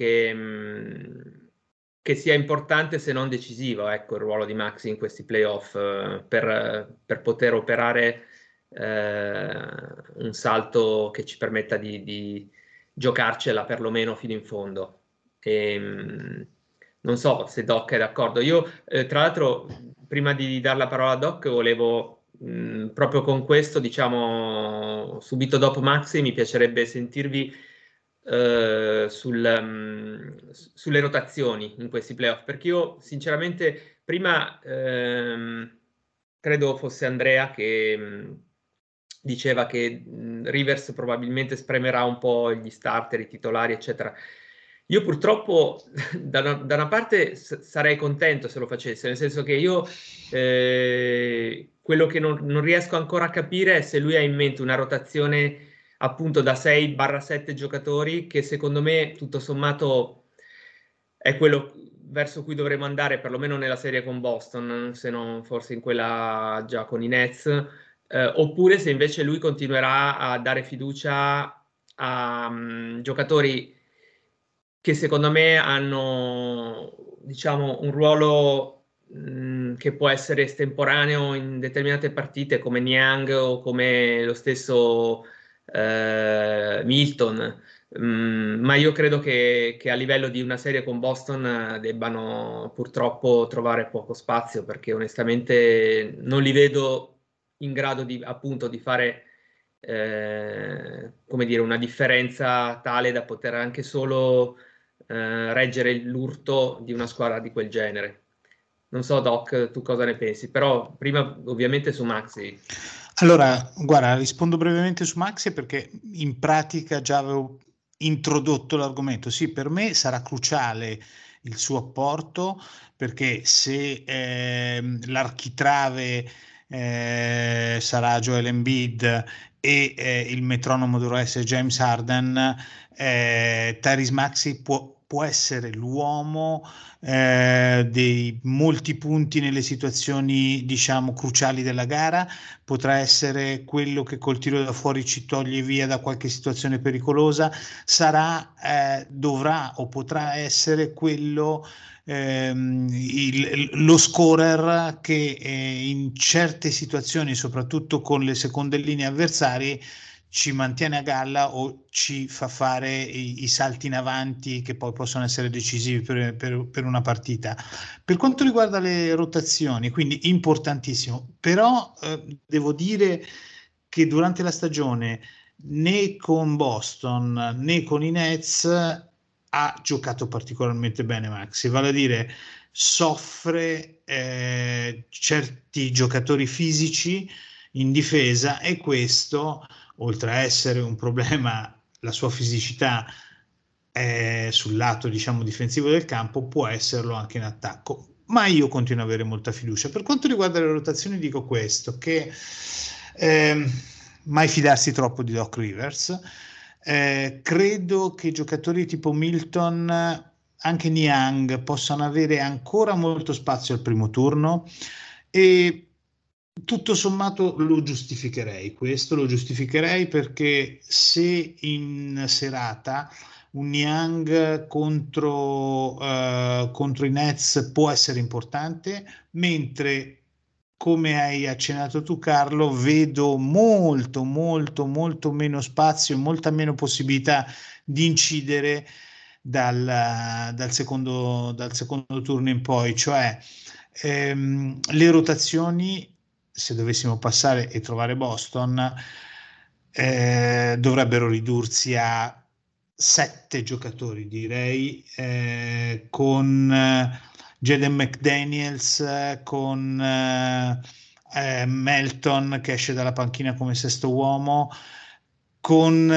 che sia importante se non decisivo, ecco, il ruolo di Maxi in questi playoff per poter operare un salto che ci permetta di giocarcela perlomeno fino in fondo. Non so se Doc è d'accordo. Io, tra l'altro, prima di dare la parola a Doc, volevo proprio con questo, diciamo, subito dopo Maxi, mi piacerebbe sentirvi sulle rotazioni in questi playoff, perché io sinceramente prima credo fosse Andrea che diceva che Rivers probabilmente spremerà un po' gli starter, i titolari, eccetera. Io purtroppo da una parte sarei contento se lo facesse, nel senso che io quello che non riesco ancora a capire è se lui ha in mente una rotazione appunto da 6-7 giocatori, che secondo me tutto sommato è quello verso cui dovremmo andare, perlomeno nella serie con Boston, se non forse in quella già con i Nets, oppure se invece lui continuerà a dare fiducia a giocatori che secondo me hanno, diciamo, un ruolo che può essere estemporaneo in determinate partite, come Niang o come lo stesso Milton. Ma io credo che a livello di una serie con Boston debbano purtroppo trovare poco spazio, perché onestamente non li vedo in grado di, appunto, di fare come dire, una differenza tale da poter anche solo reggere l'urto di una squadra di quel genere. Non so, Doc, tu cosa ne pensi? Però prima ovviamente su Maxey. Allora, guarda, rispondo brevemente su Maxey perché in pratica già avevo introdotto l'argomento. Sì, per me sarà cruciale il suo apporto, perché se l'architrave sarà Joel Embiid e il metronomo dovrà essere James Harden, Tyrese Maxey può essere l'uomo dei molti punti nelle situazioni, diciamo, cruciali della gara. Potrà essere quello che col tiro da fuori ci toglie via da qualche situazione pericolosa, dovrà o potrà essere quello, lo scorer che in certe situazioni, soprattutto con le seconde linee avversarie, ci mantiene a galla o ci fa fare i salti in avanti che poi possono essere decisivi per una partita. Per quanto riguarda le rotazioni, quindi importantissimo, però devo dire che durante la stagione né con Boston né con i Nets ha giocato particolarmente bene Maxey, vale a dire soffre certi giocatori fisici in difesa, e questo, oltre a essere un problema, la sua fisicità sul lato, diciamo, difensivo del campo, può esserlo anche in attacco. Ma io continuo ad avere molta fiducia. Per quanto riguarda le rotazioni dico questo, che mai fidarsi troppo di Doc Rivers. Credo che giocatori tipo Milton, anche Niang, possano avere ancora molto spazio al primo turno, e tutto sommato lo giustificherei perché se in serata un Niang contro i Nets può essere importante, mentre, come hai accennato tu Carlo, vedo molto meno spazio, molta meno possibilità di incidere dal secondo turno in poi, cioè le rotazioni, se dovessimo passare e trovare Boston, dovrebbero ridursi a 7 giocatori, direi, con Jaden McDaniels, con Melton che esce dalla panchina come sesto uomo, con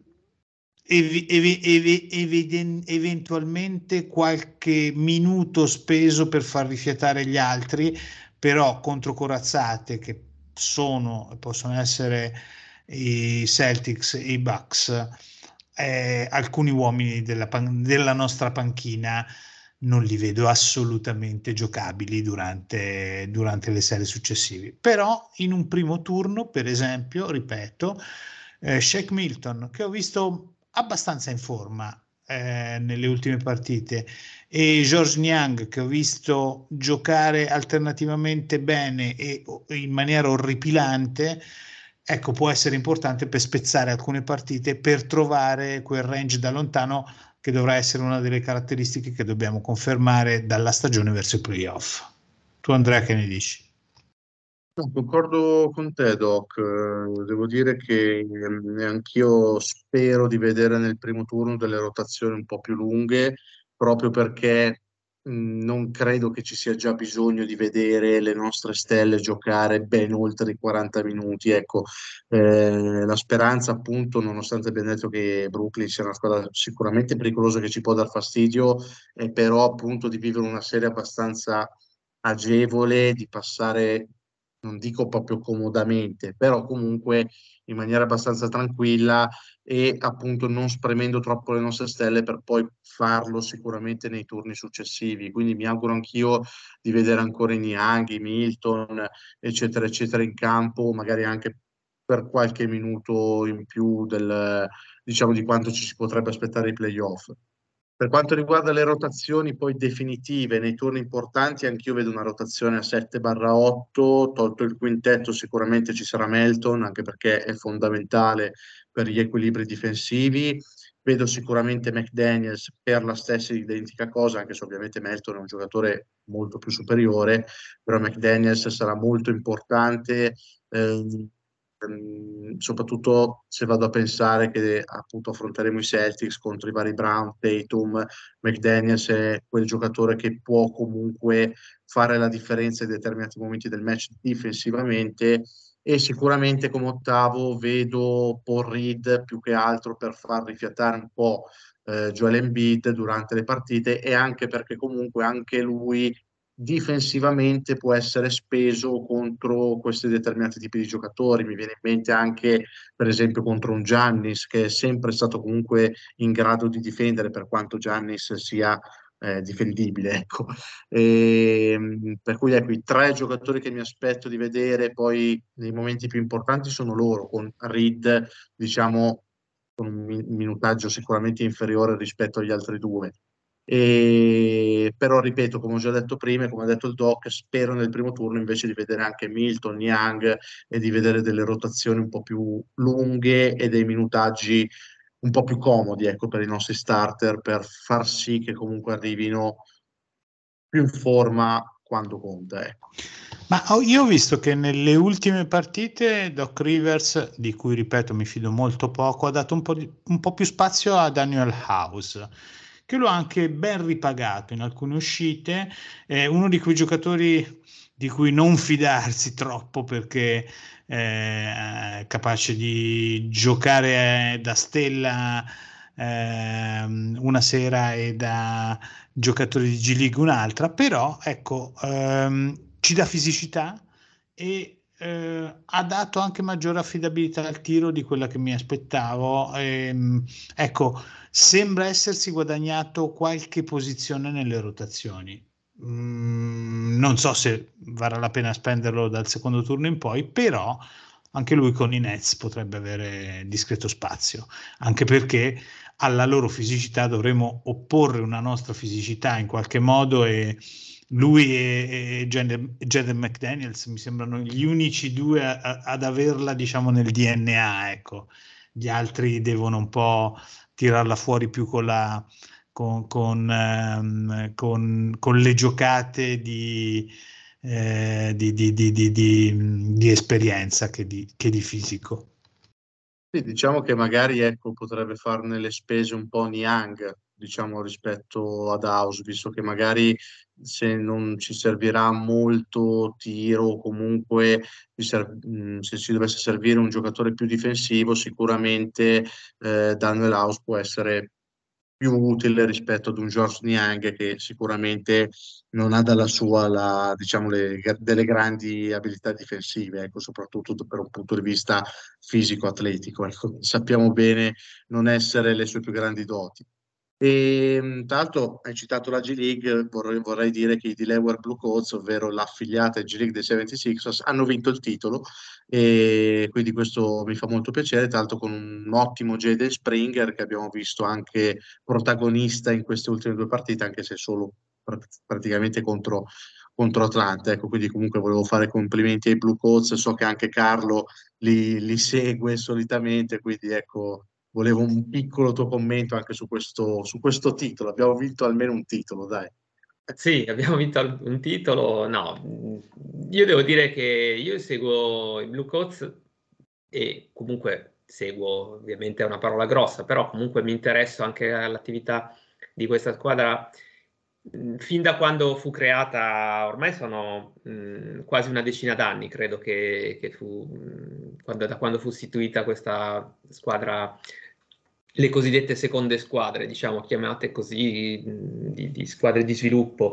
eventualmente qualche minuto speso per far rifiatare gli altri, però contro corazzate che possono essere i Celtics e i Bucks, alcuni uomini della nostra panchina non li vedo assolutamente giocabili durante le serie successive. Però in un primo turno, per esempio, ripeto, Shake Milton, che ho visto abbastanza in forma nelle ultime partite, e George Niang, che ho visto giocare alternativamente bene e in maniera orripilante, ecco, può essere importante per spezzare alcune partite, per trovare quel range da lontano, che dovrà essere una delle caratteristiche che dobbiamo confermare dalla stagione verso i playoff. Tu, Andrea, che ne dici? No, concordo con te, Doc. Devo dire che anch'io spero di vedere nel primo turno delle rotazioni un po' più lunghe, proprio perché non credo che ci sia già bisogno di vedere le nostre stelle giocare ben oltre i 40 minuti. Ecco, la speranza, appunto, nonostante abbiamo detto che Brooklyn sia una squadra sicuramente pericolosa che ci può dar fastidio, è però appunto di vivere una serie abbastanza agevole, di passare, non dico proprio comodamente, però comunque in maniera abbastanza tranquilla e appunto non spremendo troppo le nostre stelle per poi farlo sicuramente nei turni successivi. Quindi mi auguro anch'io di vedere ancora i Niang, i Milton, eccetera, eccetera in campo, magari anche per qualche minuto in più diciamo, di quanto ci si potrebbe aspettare ai playoff. Per quanto riguarda le rotazioni poi definitive nei turni importanti, anch'io vedo una rotazione a 7/8, tolto il quintetto sicuramente ci sarà Melton, anche perché è fondamentale per gli equilibri difensivi. Vedo sicuramente McDaniels per la stessa identica cosa, anche se ovviamente Melton è un giocatore molto più superiore, però McDaniels sarà molto importante. Soprattutto se vado a pensare che appunto affronteremo i Celtics contro i vari Brown, Tatum, McDaniels è quel giocatore che può comunque fare la differenza in determinati momenti del match difensivamente, e sicuramente come ottavo vedo Paul Reed più che altro per far rifiatare un po' Joel Embiid durante le partite, e anche perché comunque anche lui difensivamente può essere speso contro questi determinati tipi di giocatori. Mi viene in mente anche, per esempio, contro un Giannis, che è sempre stato comunque in grado di difendere, per quanto Giannis sia difendibile, ecco. Per cui ecco, i tre giocatori che mi aspetto di vedere poi nei momenti più importanti sono loro, con Reed, diciamo, con un minutaggio sicuramente inferiore rispetto agli altri due. Però ripeto, come ho già detto prima e come ha detto il Doc, spero nel primo turno invece di vedere anche Milton, Young, e di vedere delle rotazioni un po' più lunghe e dei minutaggi un po' più comodi, ecco, per i nostri starter, per far sì che comunque arrivino più in forma quando conta, ecco. Ma io ho visto che nelle ultime partite Doc Rivers, di cui ripeto mi fido molto poco, ha dato un po' più spazio a Daniel House, che lo ha anche ben ripagato in alcune uscite. È uno di quei giocatori di cui non fidarsi troppo, perché è capace di giocare da stella una sera e da giocatore di G League un'altra, però ecco, ci dà fisicità e ha dato anche maggiore affidabilità al tiro di quella che mi aspettavo. Ecco, sembra essersi guadagnato qualche posizione nelle rotazioni. Non so se varrà la pena spenderlo dal secondo turno in poi, però anche lui con i Nets potrebbe avere discreto spazio, anche perché alla loro fisicità dovremo opporre una nostra fisicità in qualche modo, e lui e Jaden McDaniels mi sembrano gli unici due ad averla, diciamo, nel DNA, ecco. Gli altri devono un po' tirarla fuori più con le giocate di esperienza che di fisico. Sì, diciamo che magari ecco, potrebbe farne le spese un po' Niang, diciamo, rispetto ad House, visto che magari se non ci servirà molto tiro, o comunque se ci dovesse servire un giocatore più difensivo, sicuramente Daniel House può essere più utile rispetto ad un George Niang, che sicuramente non ha dalla sua diciamo, delle grandi abilità difensive, ecco, soprattutto per un punto di vista fisico-atletico. Ecco, sappiamo bene non essere le sue più grandi doti. Tra l'altro hai citato la G League, vorrei dire che i Delaware Blue Coats, ovvero l'affiliata G League dei 76ers, hanno vinto il titolo, e quindi questo mi fa molto piacere, tra l'altro con un ottimo Jaden Springer che abbiamo visto anche protagonista in queste ultime due partite, anche se solo praticamente contro Atlanta. Ecco, quindi comunque volevo fare complimenti ai Blue Coats, so che anche Carlo li segue solitamente, quindi ecco, volevo un piccolo tuo commento anche su questo titolo. Abbiamo vinto almeno un titolo, dai. Sì, abbiamo vinto un titolo, no, Io devo dire che io seguo i Blue Coats e comunque seguo, ovviamente è una parola grossa, però comunque mi interesso anche all'attività di questa squadra fin da quando fu creata, ormai sono quasi una decina d'anni, credo che fu, da quando fu istituita questa squadra, le cosiddette seconde squadre, diciamo, chiamate così, di squadre di sviluppo.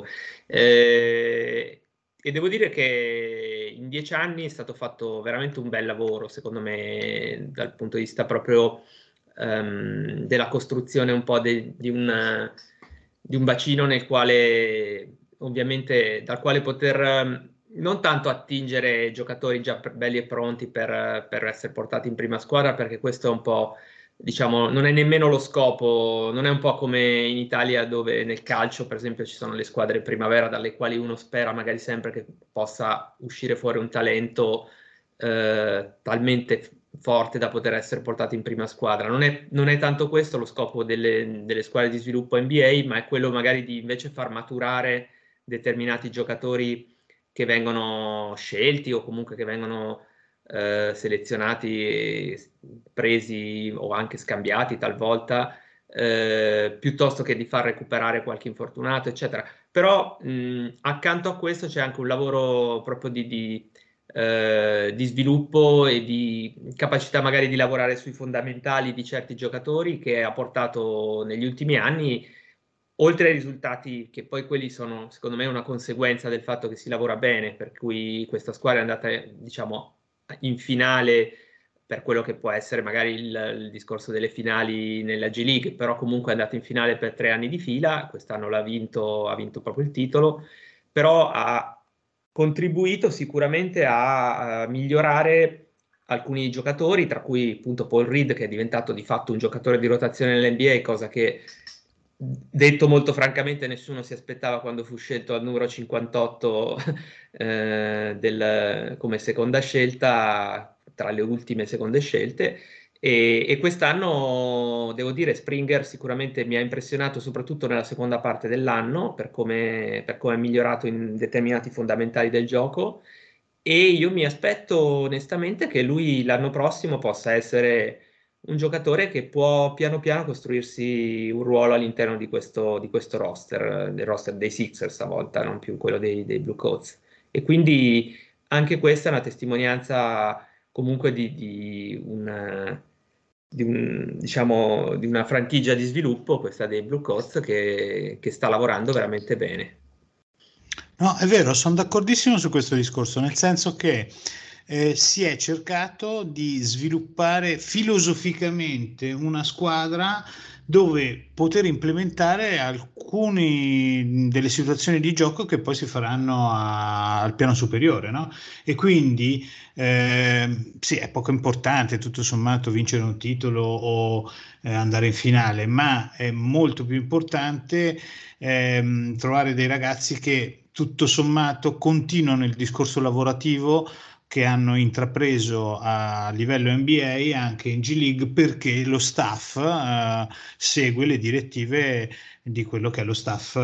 E devo dire che in 10 anni è stato fatto veramente un bel lavoro, secondo me, dal punto di vista proprio della costruzione un po' di un bacino nel quale, ovviamente, dal quale poter non tanto attingere giocatori già belli e pronti per essere portati in prima squadra, perché questo è un po', diciamo, non è nemmeno lo scopo, non è un po' come in Italia dove nel calcio, per esempio, ci sono le squadre primavera dalle quali uno spera magari sempre che possa uscire fuori un talento talmente forte da poter essere portato in prima squadra. Non è tanto questo lo scopo delle squadre di sviluppo NBA, ma è quello magari di invece far maturare determinati giocatori che vengono scelti o comunque che vengono selezionati, presi o anche scambiati talvolta, piuttosto che di far recuperare qualche infortunato, eccetera. Però accanto a questo c'è anche un lavoro proprio di sviluppo e di capacità magari di lavorare sui fondamentali di certi giocatori, che ha portato negli ultimi anni, oltre ai risultati, che poi quelli sono secondo me una conseguenza del fatto che si lavora bene, per cui questa squadra è andata, diciamo, in finale, per quello che può essere magari il discorso delle finali nella G League, però comunque è andata in finale per 3 anni di fila, quest'anno ha vinto proprio il titolo, però ha contribuito sicuramente a migliorare alcuni giocatori, tra cui appunto Paul Reed, che è diventato di fatto un giocatore di rotazione nell'NBA, cosa che, detto molto francamente, nessuno si aspettava quando fu scelto al numero 58 come seconda scelta, tra le ultime seconde scelte. E quest'anno, devo dire, Springer sicuramente mi ha impressionato, soprattutto nella seconda parte dell'anno, per come è migliorato in determinati fondamentali del gioco. E io mi aspetto onestamente che lui l'anno prossimo possa essere un giocatore che può piano piano costruirsi un ruolo all'interno di questo roster, del roster dei Sixers stavolta, non più quello dei Blue Coats. E quindi anche questa è una testimonianza comunque diciamo, di una franchigia di sviluppo, questa dei Blue Coats, che sta lavorando veramente bene. No, è vero, sono d'accordissimo su questo discorso, nel senso che si è cercato di sviluppare filosoficamente una squadra dove poter implementare alcune delle situazioni di gioco che poi si faranno al piano superiore, no? E quindi sì, è poco importante tutto sommato vincere un titolo o andare in finale, ma è molto più importante trovare dei ragazzi che tutto sommato continuano il discorso lavorativo che hanno intrapreso a livello NBA anche in G League, perché lo staff segue le direttive di quello che è lo staff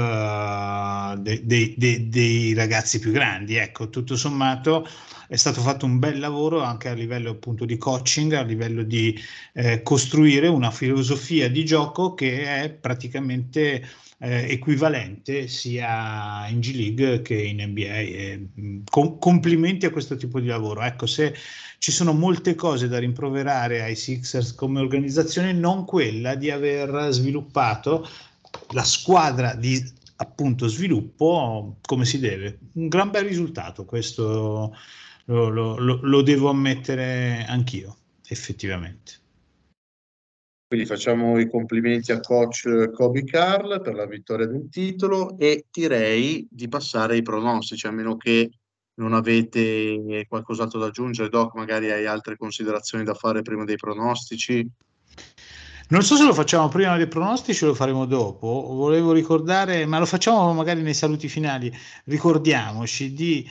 dei ragazzi più grandi. Ecco, tutto sommato è stato fatto un bel lavoro anche a livello appunto di coaching, a livello di costruire una filosofia di gioco che è praticamente equivalente sia in G League che in NBA. Complimenti a questo tipo di lavoro. Ecco, se ci sono molte cose da rimproverare ai Sixers come organizzazione, non quella di aver sviluppato la squadra di appunto sviluppo come si deve. Un gran bel risultato, questo lo devo ammettere anch'io, effettivamente. Quindi facciamo i complimenti a coach Kobe Carl per la vittoria del titolo e direi di passare ai pronostici, a meno che non avete qualcos'altro da aggiungere. Doc, magari hai altre considerazioni da fare prima dei pronostici. Non so se lo facciamo prima dei pronostici o lo faremo dopo. Volevo ricordare, ma lo facciamo magari nei saluti finali. Ricordiamoci di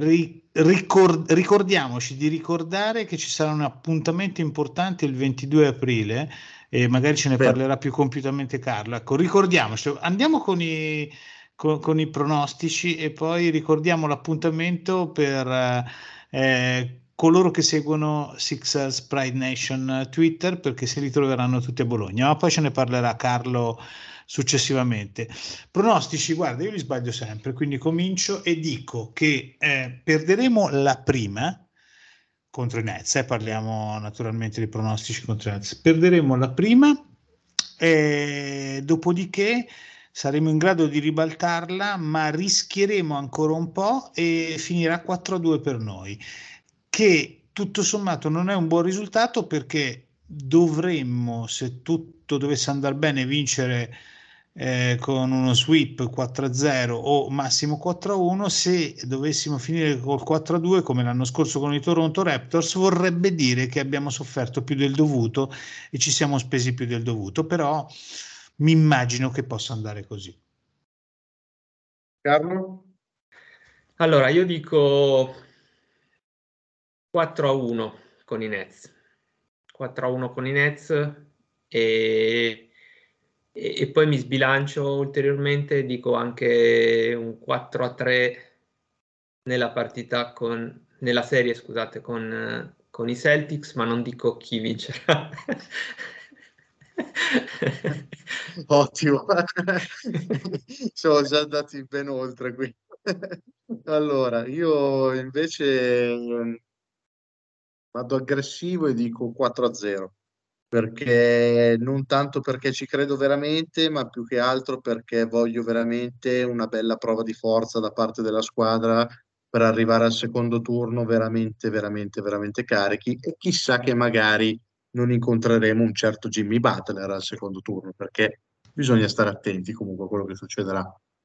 ricordare che ci sarà un appuntamento importante il 22 aprile e magari ce ne Beh, parlerà più compiutamente Carlo. Ecco, ricordiamoci, andiamo con con i pronostici e poi ricordiamo l'appuntamento per coloro che seguono Sixers Pride Nation Twitter, perché si ritroveranno tutti a Bologna, ma poi ce ne parlerà Carlo successivamente. Pronostici, guarda, io li sbaglio sempre, quindi comincio e dico che perderemo la prima contro i Nets, parliamo naturalmente di pronostici contro i Nets, perderemo la prima e dopodiché saremo in grado di ribaltarla, ma rischieremo ancora un po' e finirà 4-2 per noi, che tutto sommato non è un buon risultato, perché dovremmo, se tutto dovesse andare bene, vincere con uno sweep 4-0 o massimo 4-1. Se dovessimo finire col 4-2 come l'anno scorso con i Toronto Raptors, vorrebbe dire che abbiamo sofferto più del dovuto e ci siamo spesi più del dovuto, però mi immagino che possa andare così. Carlo? Allora, io dico 4-1 con i Nets. 4-1 con i Nets e poi mi sbilancio ulteriormente, dico anche un 4-3 nella partita nella serie, scusate, con i Celtics, ma non dico chi vincerà. Ottimo, siamo già andati ben oltre qui. Allora, io invece vado aggressivo e dico 4-0, perché non tanto perché ci credo veramente, ma più che altro perché voglio veramente una bella prova di forza da parte della squadra per arrivare al secondo turno veramente, veramente, veramente carichi, e chissà che magari non incontreremo un certo Jimmy Butler al secondo turno, perché bisogna stare attenti comunque a quello che succederà.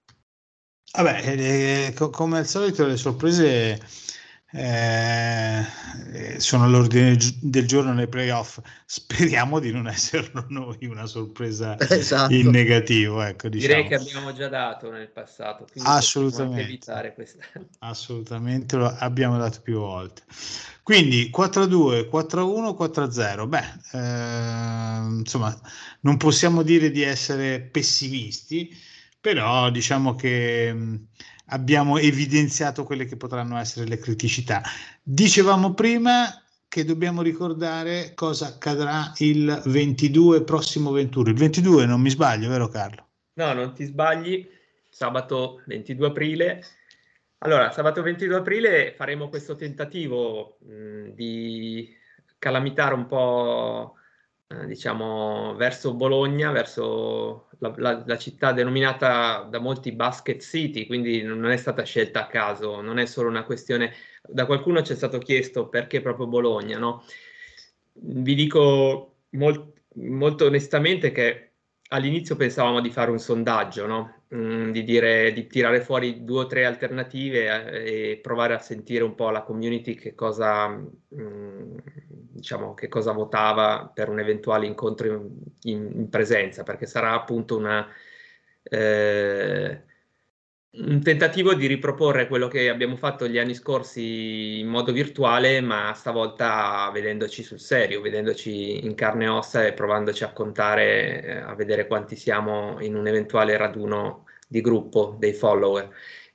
Vabbè, come al solito le sorprese sono all'ordine del giorno nei playoff. Speriamo di non esserlo noi una sorpresa in Esatto. negativo, ecco, Direi diciamo. che abbiamo già dato nel passato, quindi potremmo anche Assolutamente, evitare quest'anno. assolutamente lo abbiamo dato più volte. Quindi 4-2, 4-1, 4-0. Beh, insomma, non possiamo dire di essere pessimisti, però diciamo che abbiamo evidenziato quelle che potranno essere le criticità. Dicevamo prima che dobbiamo ricordare cosa accadrà il 22, prossimo 21. Il 22, non mi sbaglio, vero Carlo? No, non ti sbagli, sabato 22 aprile. Allora, sabato 22 aprile faremo questo tentativo di calamitare un po', diciamo, verso Bologna, verso la città denominata da molti Basket City, quindi non è stata scelta a caso, non è solo una questione. Da qualcuno ci è stato chiesto perché proprio Bologna, no? Vi dico molto onestamente che all'inizio pensavamo di fare un sondaggio, no? Di tirare fuori 2 o 3 alternative e provare a sentire un po' la community che cosa, diciamo, che cosa votava per un eventuale incontro in presenza, perché sarà appunto un tentativo di riproporre quello che abbiamo fatto gli anni scorsi in modo virtuale, ma stavolta vedendoci sul serio, vedendoci in carne e ossa e provandoci a contare, a vedere quanti siamo in un eventuale raduno di gruppo dei follower.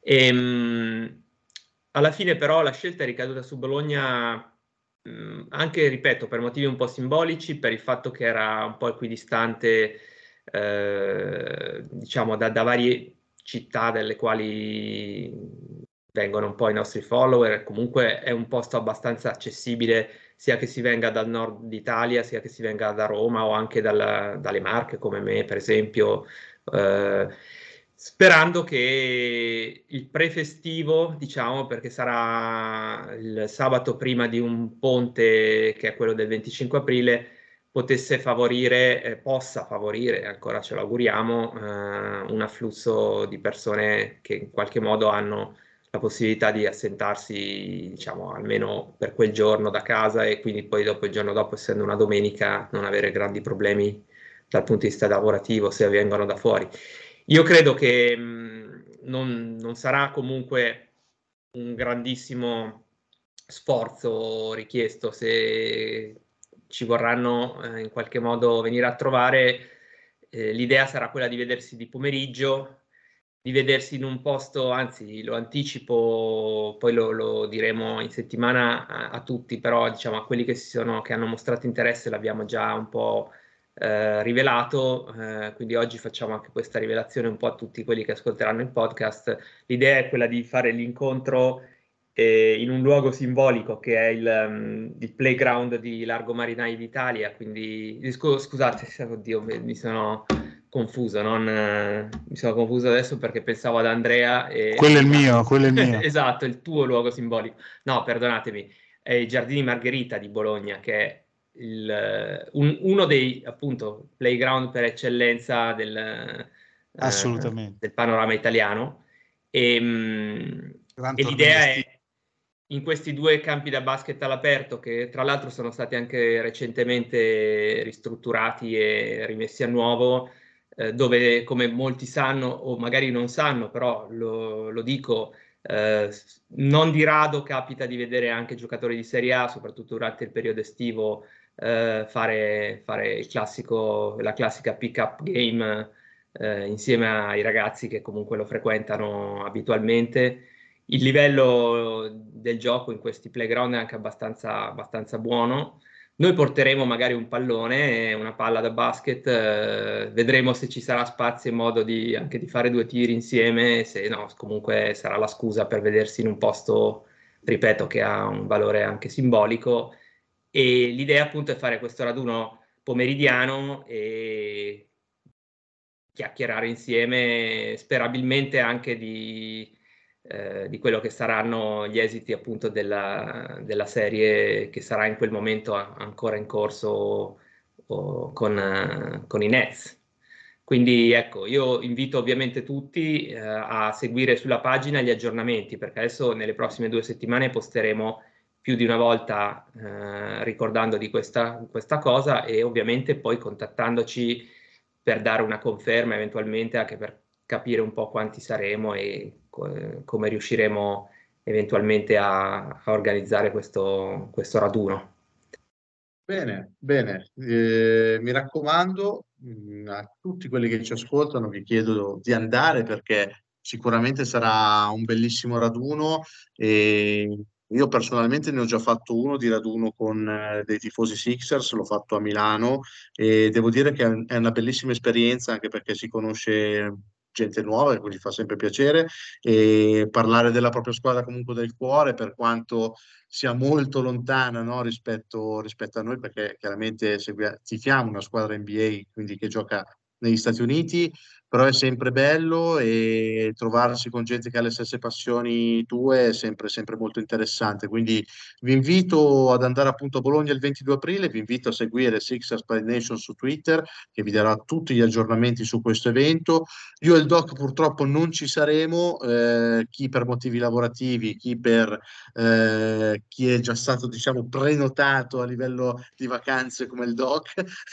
Alla fine però la scelta è ricaduta su Bologna, anche, ripeto, per motivi un po' simbolici, per il fatto che era un po' equidistante, diciamo, da varie città delle quali vengono un po' i nostri follower. Comunque è un posto abbastanza accessibile, sia che si venga dal nord d'Italia, sia che si venga da Roma o anche dalle Marche, come me, per esempio. Sperando che il prefestivo, diciamo, perché sarà il sabato prima di un ponte che è quello del 25 aprile, possa favorire, ancora ce l'auguriamo, un afflusso di persone che in qualche modo hanno la possibilità di assentarsi, diciamo, almeno per quel giorno da casa, e quindi poi dopo, il giorno dopo, essendo una domenica, non avere grandi problemi dal punto di vista lavorativo se vengono da fuori. Io credo che non sarà comunque un grandissimo sforzo richiesto. Se ci vorranno in qualche modo venire a trovare, l'idea sarà quella di vedersi di pomeriggio, vedersi in un posto, anzi lo anticipo, poi lo diremo in settimana a tutti, però diciamo a quelli che hanno mostrato interesse l'abbiamo già un po' rivelato, quindi oggi facciamo anche questa rivelazione un po' a tutti quelli che ascolteranno il podcast. L'idea è quella di fare l'incontro in un luogo simbolico che è il playground di Largo Marinai d'Italia, quindi scusate, oddio, mi sono confuso, mi sono confuso adesso perché pensavo ad Andrea Quello è il mio, quello è il mio. esatto, il tuo luogo simbolico. No, perdonatemi, è i Giardini Margherita di Bologna, che è uno dei appunto playground per eccellenza Assolutamente. del panorama italiano. E Gran tornei l'idea estivi. è in questi 2 campi da basket all'aperto, che tra l'altro sono stati anche recentemente ristrutturati e rimessi a nuovo, dove, come molti sanno o magari non sanno, però lo dico, non di rado capita di vedere anche giocatori di Serie A, soprattutto durante il periodo estivo, fare la classica pick-up game insieme ai ragazzi che comunque lo frequentano abitualmente. Il livello del gioco in questi playground è anche abbastanza buono. Noi porteremo magari un pallone, una palla da basket, vedremo se ci sarà spazio e modo anche di fare 2 tiri insieme, se no comunque sarà la scusa per vedersi in un posto, ripeto, che ha un valore anche simbolico. E l'idea appunto è fare questo raduno pomeridiano e chiacchierare insieme, sperabilmente anche di quello che saranno gli esiti appunto della serie che sarà in quel momento ancora in corso con i Nets. Quindi ecco, io invito ovviamente tutti a seguire sulla pagina gli aggiornamenti, perché adesso nelle prossime 2 settimane posteremo più di una volta ricordando di questa cosa, e ovviamente poi contattandoci per dare una conferma eventualmente, anche per capire un po' quanti saremo e come riusciremo eventualmente a organizzare questo raduno. Bene, bene. Mi raccomando, a tutti quelli che ci ascoltano, vi chiedo di andare perché sicuramente sarà un bellissimo raduno e io personalmente ne ho già fatto uno di raduno con dei tifosi Sixers, l'ho fatto a Milano e devo dire che è una bellissima esperienza anche perché si conosce gente nuova e quindi fa sempre piacere e parlare della propria squadra comunque del cuore per quanto sia molto lontana, no, rispetto a noi, perché chiaramente tifiamo una squadra NBA, quindi che gioca negli Stati Uniti, però è sempre bello e trovarsi con gente che ha le stesse passioni tue è sempre, sempre molto interessante. Quindi vi invito ad andare appunto a Bologna il 22 aprile, vi invito a seguire Sixers by Nation su Twitter, che vi darà tutti gli aggiornamenti su questo evento. Io e il Doc purtroppo non ci saremo, chi per motivi lavorativi, chi è già stato, diciamo, prenotato a livello di vacanze come il Doc.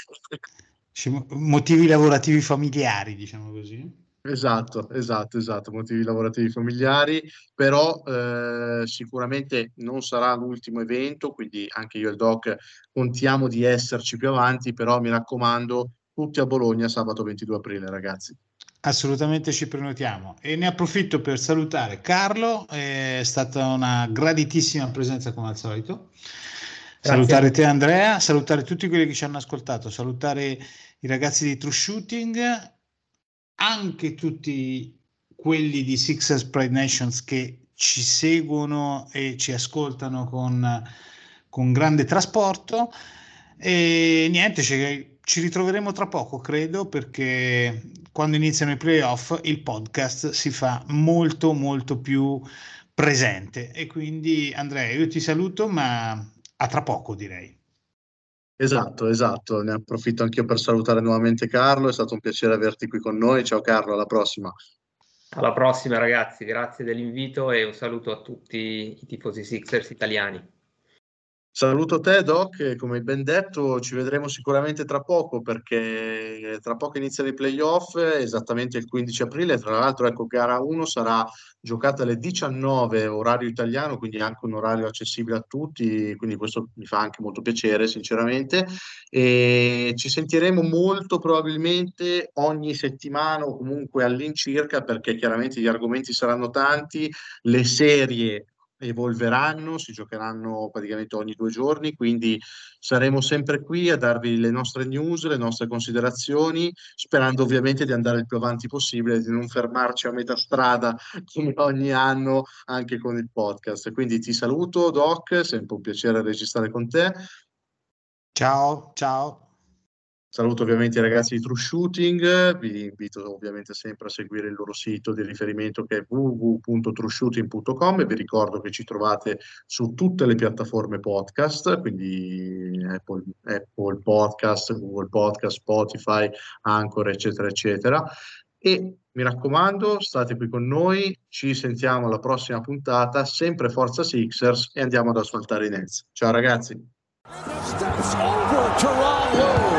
Motivi lavorativi familiari, diciamo così. Esatto, esatto, esatto, motivi lavorativi familiari, però sicuramente non sarà l'ultimo evento, quindi anche io e il Doc contiamo di esserci più avanti, però mi raccomando, tutti a Bologna sabato 22 aprile, ragazzi. Assolutamente ci prenotiamo e ne approfitto per salutare Carlo, è stata una graditissima presenza come al solito. Salutare te Andrea, salutare tutti quelli che ci hanno ascoltato, salutare i ragazzi di True Shooting, anche tutti quelli di Sixers Pride Nations che ci seguono e ci ascoltano con grande trasporto. E niente, ci ritroveremo tra poco, credo, perché quando iniziano i playoff il podcast si fa molto molto più presente. E quindi Andrea, io ti saluto, ma a tra poco, direi. Esatto, esatto, ne approfitto anch'io per salutare nuovamente Carlo, è stato un piacere averti qui con noi. Ciao Carlo, alla prossima. Alla prossima ragazzi, grazie dell'invito e un saluto a tutti i tifosi Sixers italiani. Saluto te, Doc, e come ben detto ci vedremo sicuramente tra poco perché tra poco iniziano i playoff, esattamente il 15 aprile, tra l'altro ecco gara 1 sarà giocata alle 19 orario italiano, quindi anche un orario accessibile a tutti, quindi questo mi fa anche molto piacere sinceramente e ci sentiremo molto probabilmente ogni settimana o comunque all'incirca perché chiaramente gli argomenti saranno tanti, le serie evolveranno, si giocheranno praticamente ogni 2 giorni, quindi saremo sempre qui a darvi le nostre news, le nostre considerazioni, sperando ovviamente di andare il più avanti possibile, di non fermarci a metà strada come ogni anno anche con il podcast. Quindi ti saluto, Doc, è sempre un piacere registrare con te. Ciao, ciao. Saluto ovviamente i ragazzi di True Shooting, vi invito ovviamente sempre a seguire il loro sito di riferimento che è www.trueshooting.com e vi ricordo che ci trovate su tutte le piattaforme podcast, quindi Apple Podcast, Google Podcast, Spotify, Anchor, eccetera, eccetera. E mi raccomando, state qui con noi, ci sentiamo alla prossima puntata, sempre Forza Sixers e andiamo ad asfaltare i Nets. Ciao ragazzi! Steps over Toronto.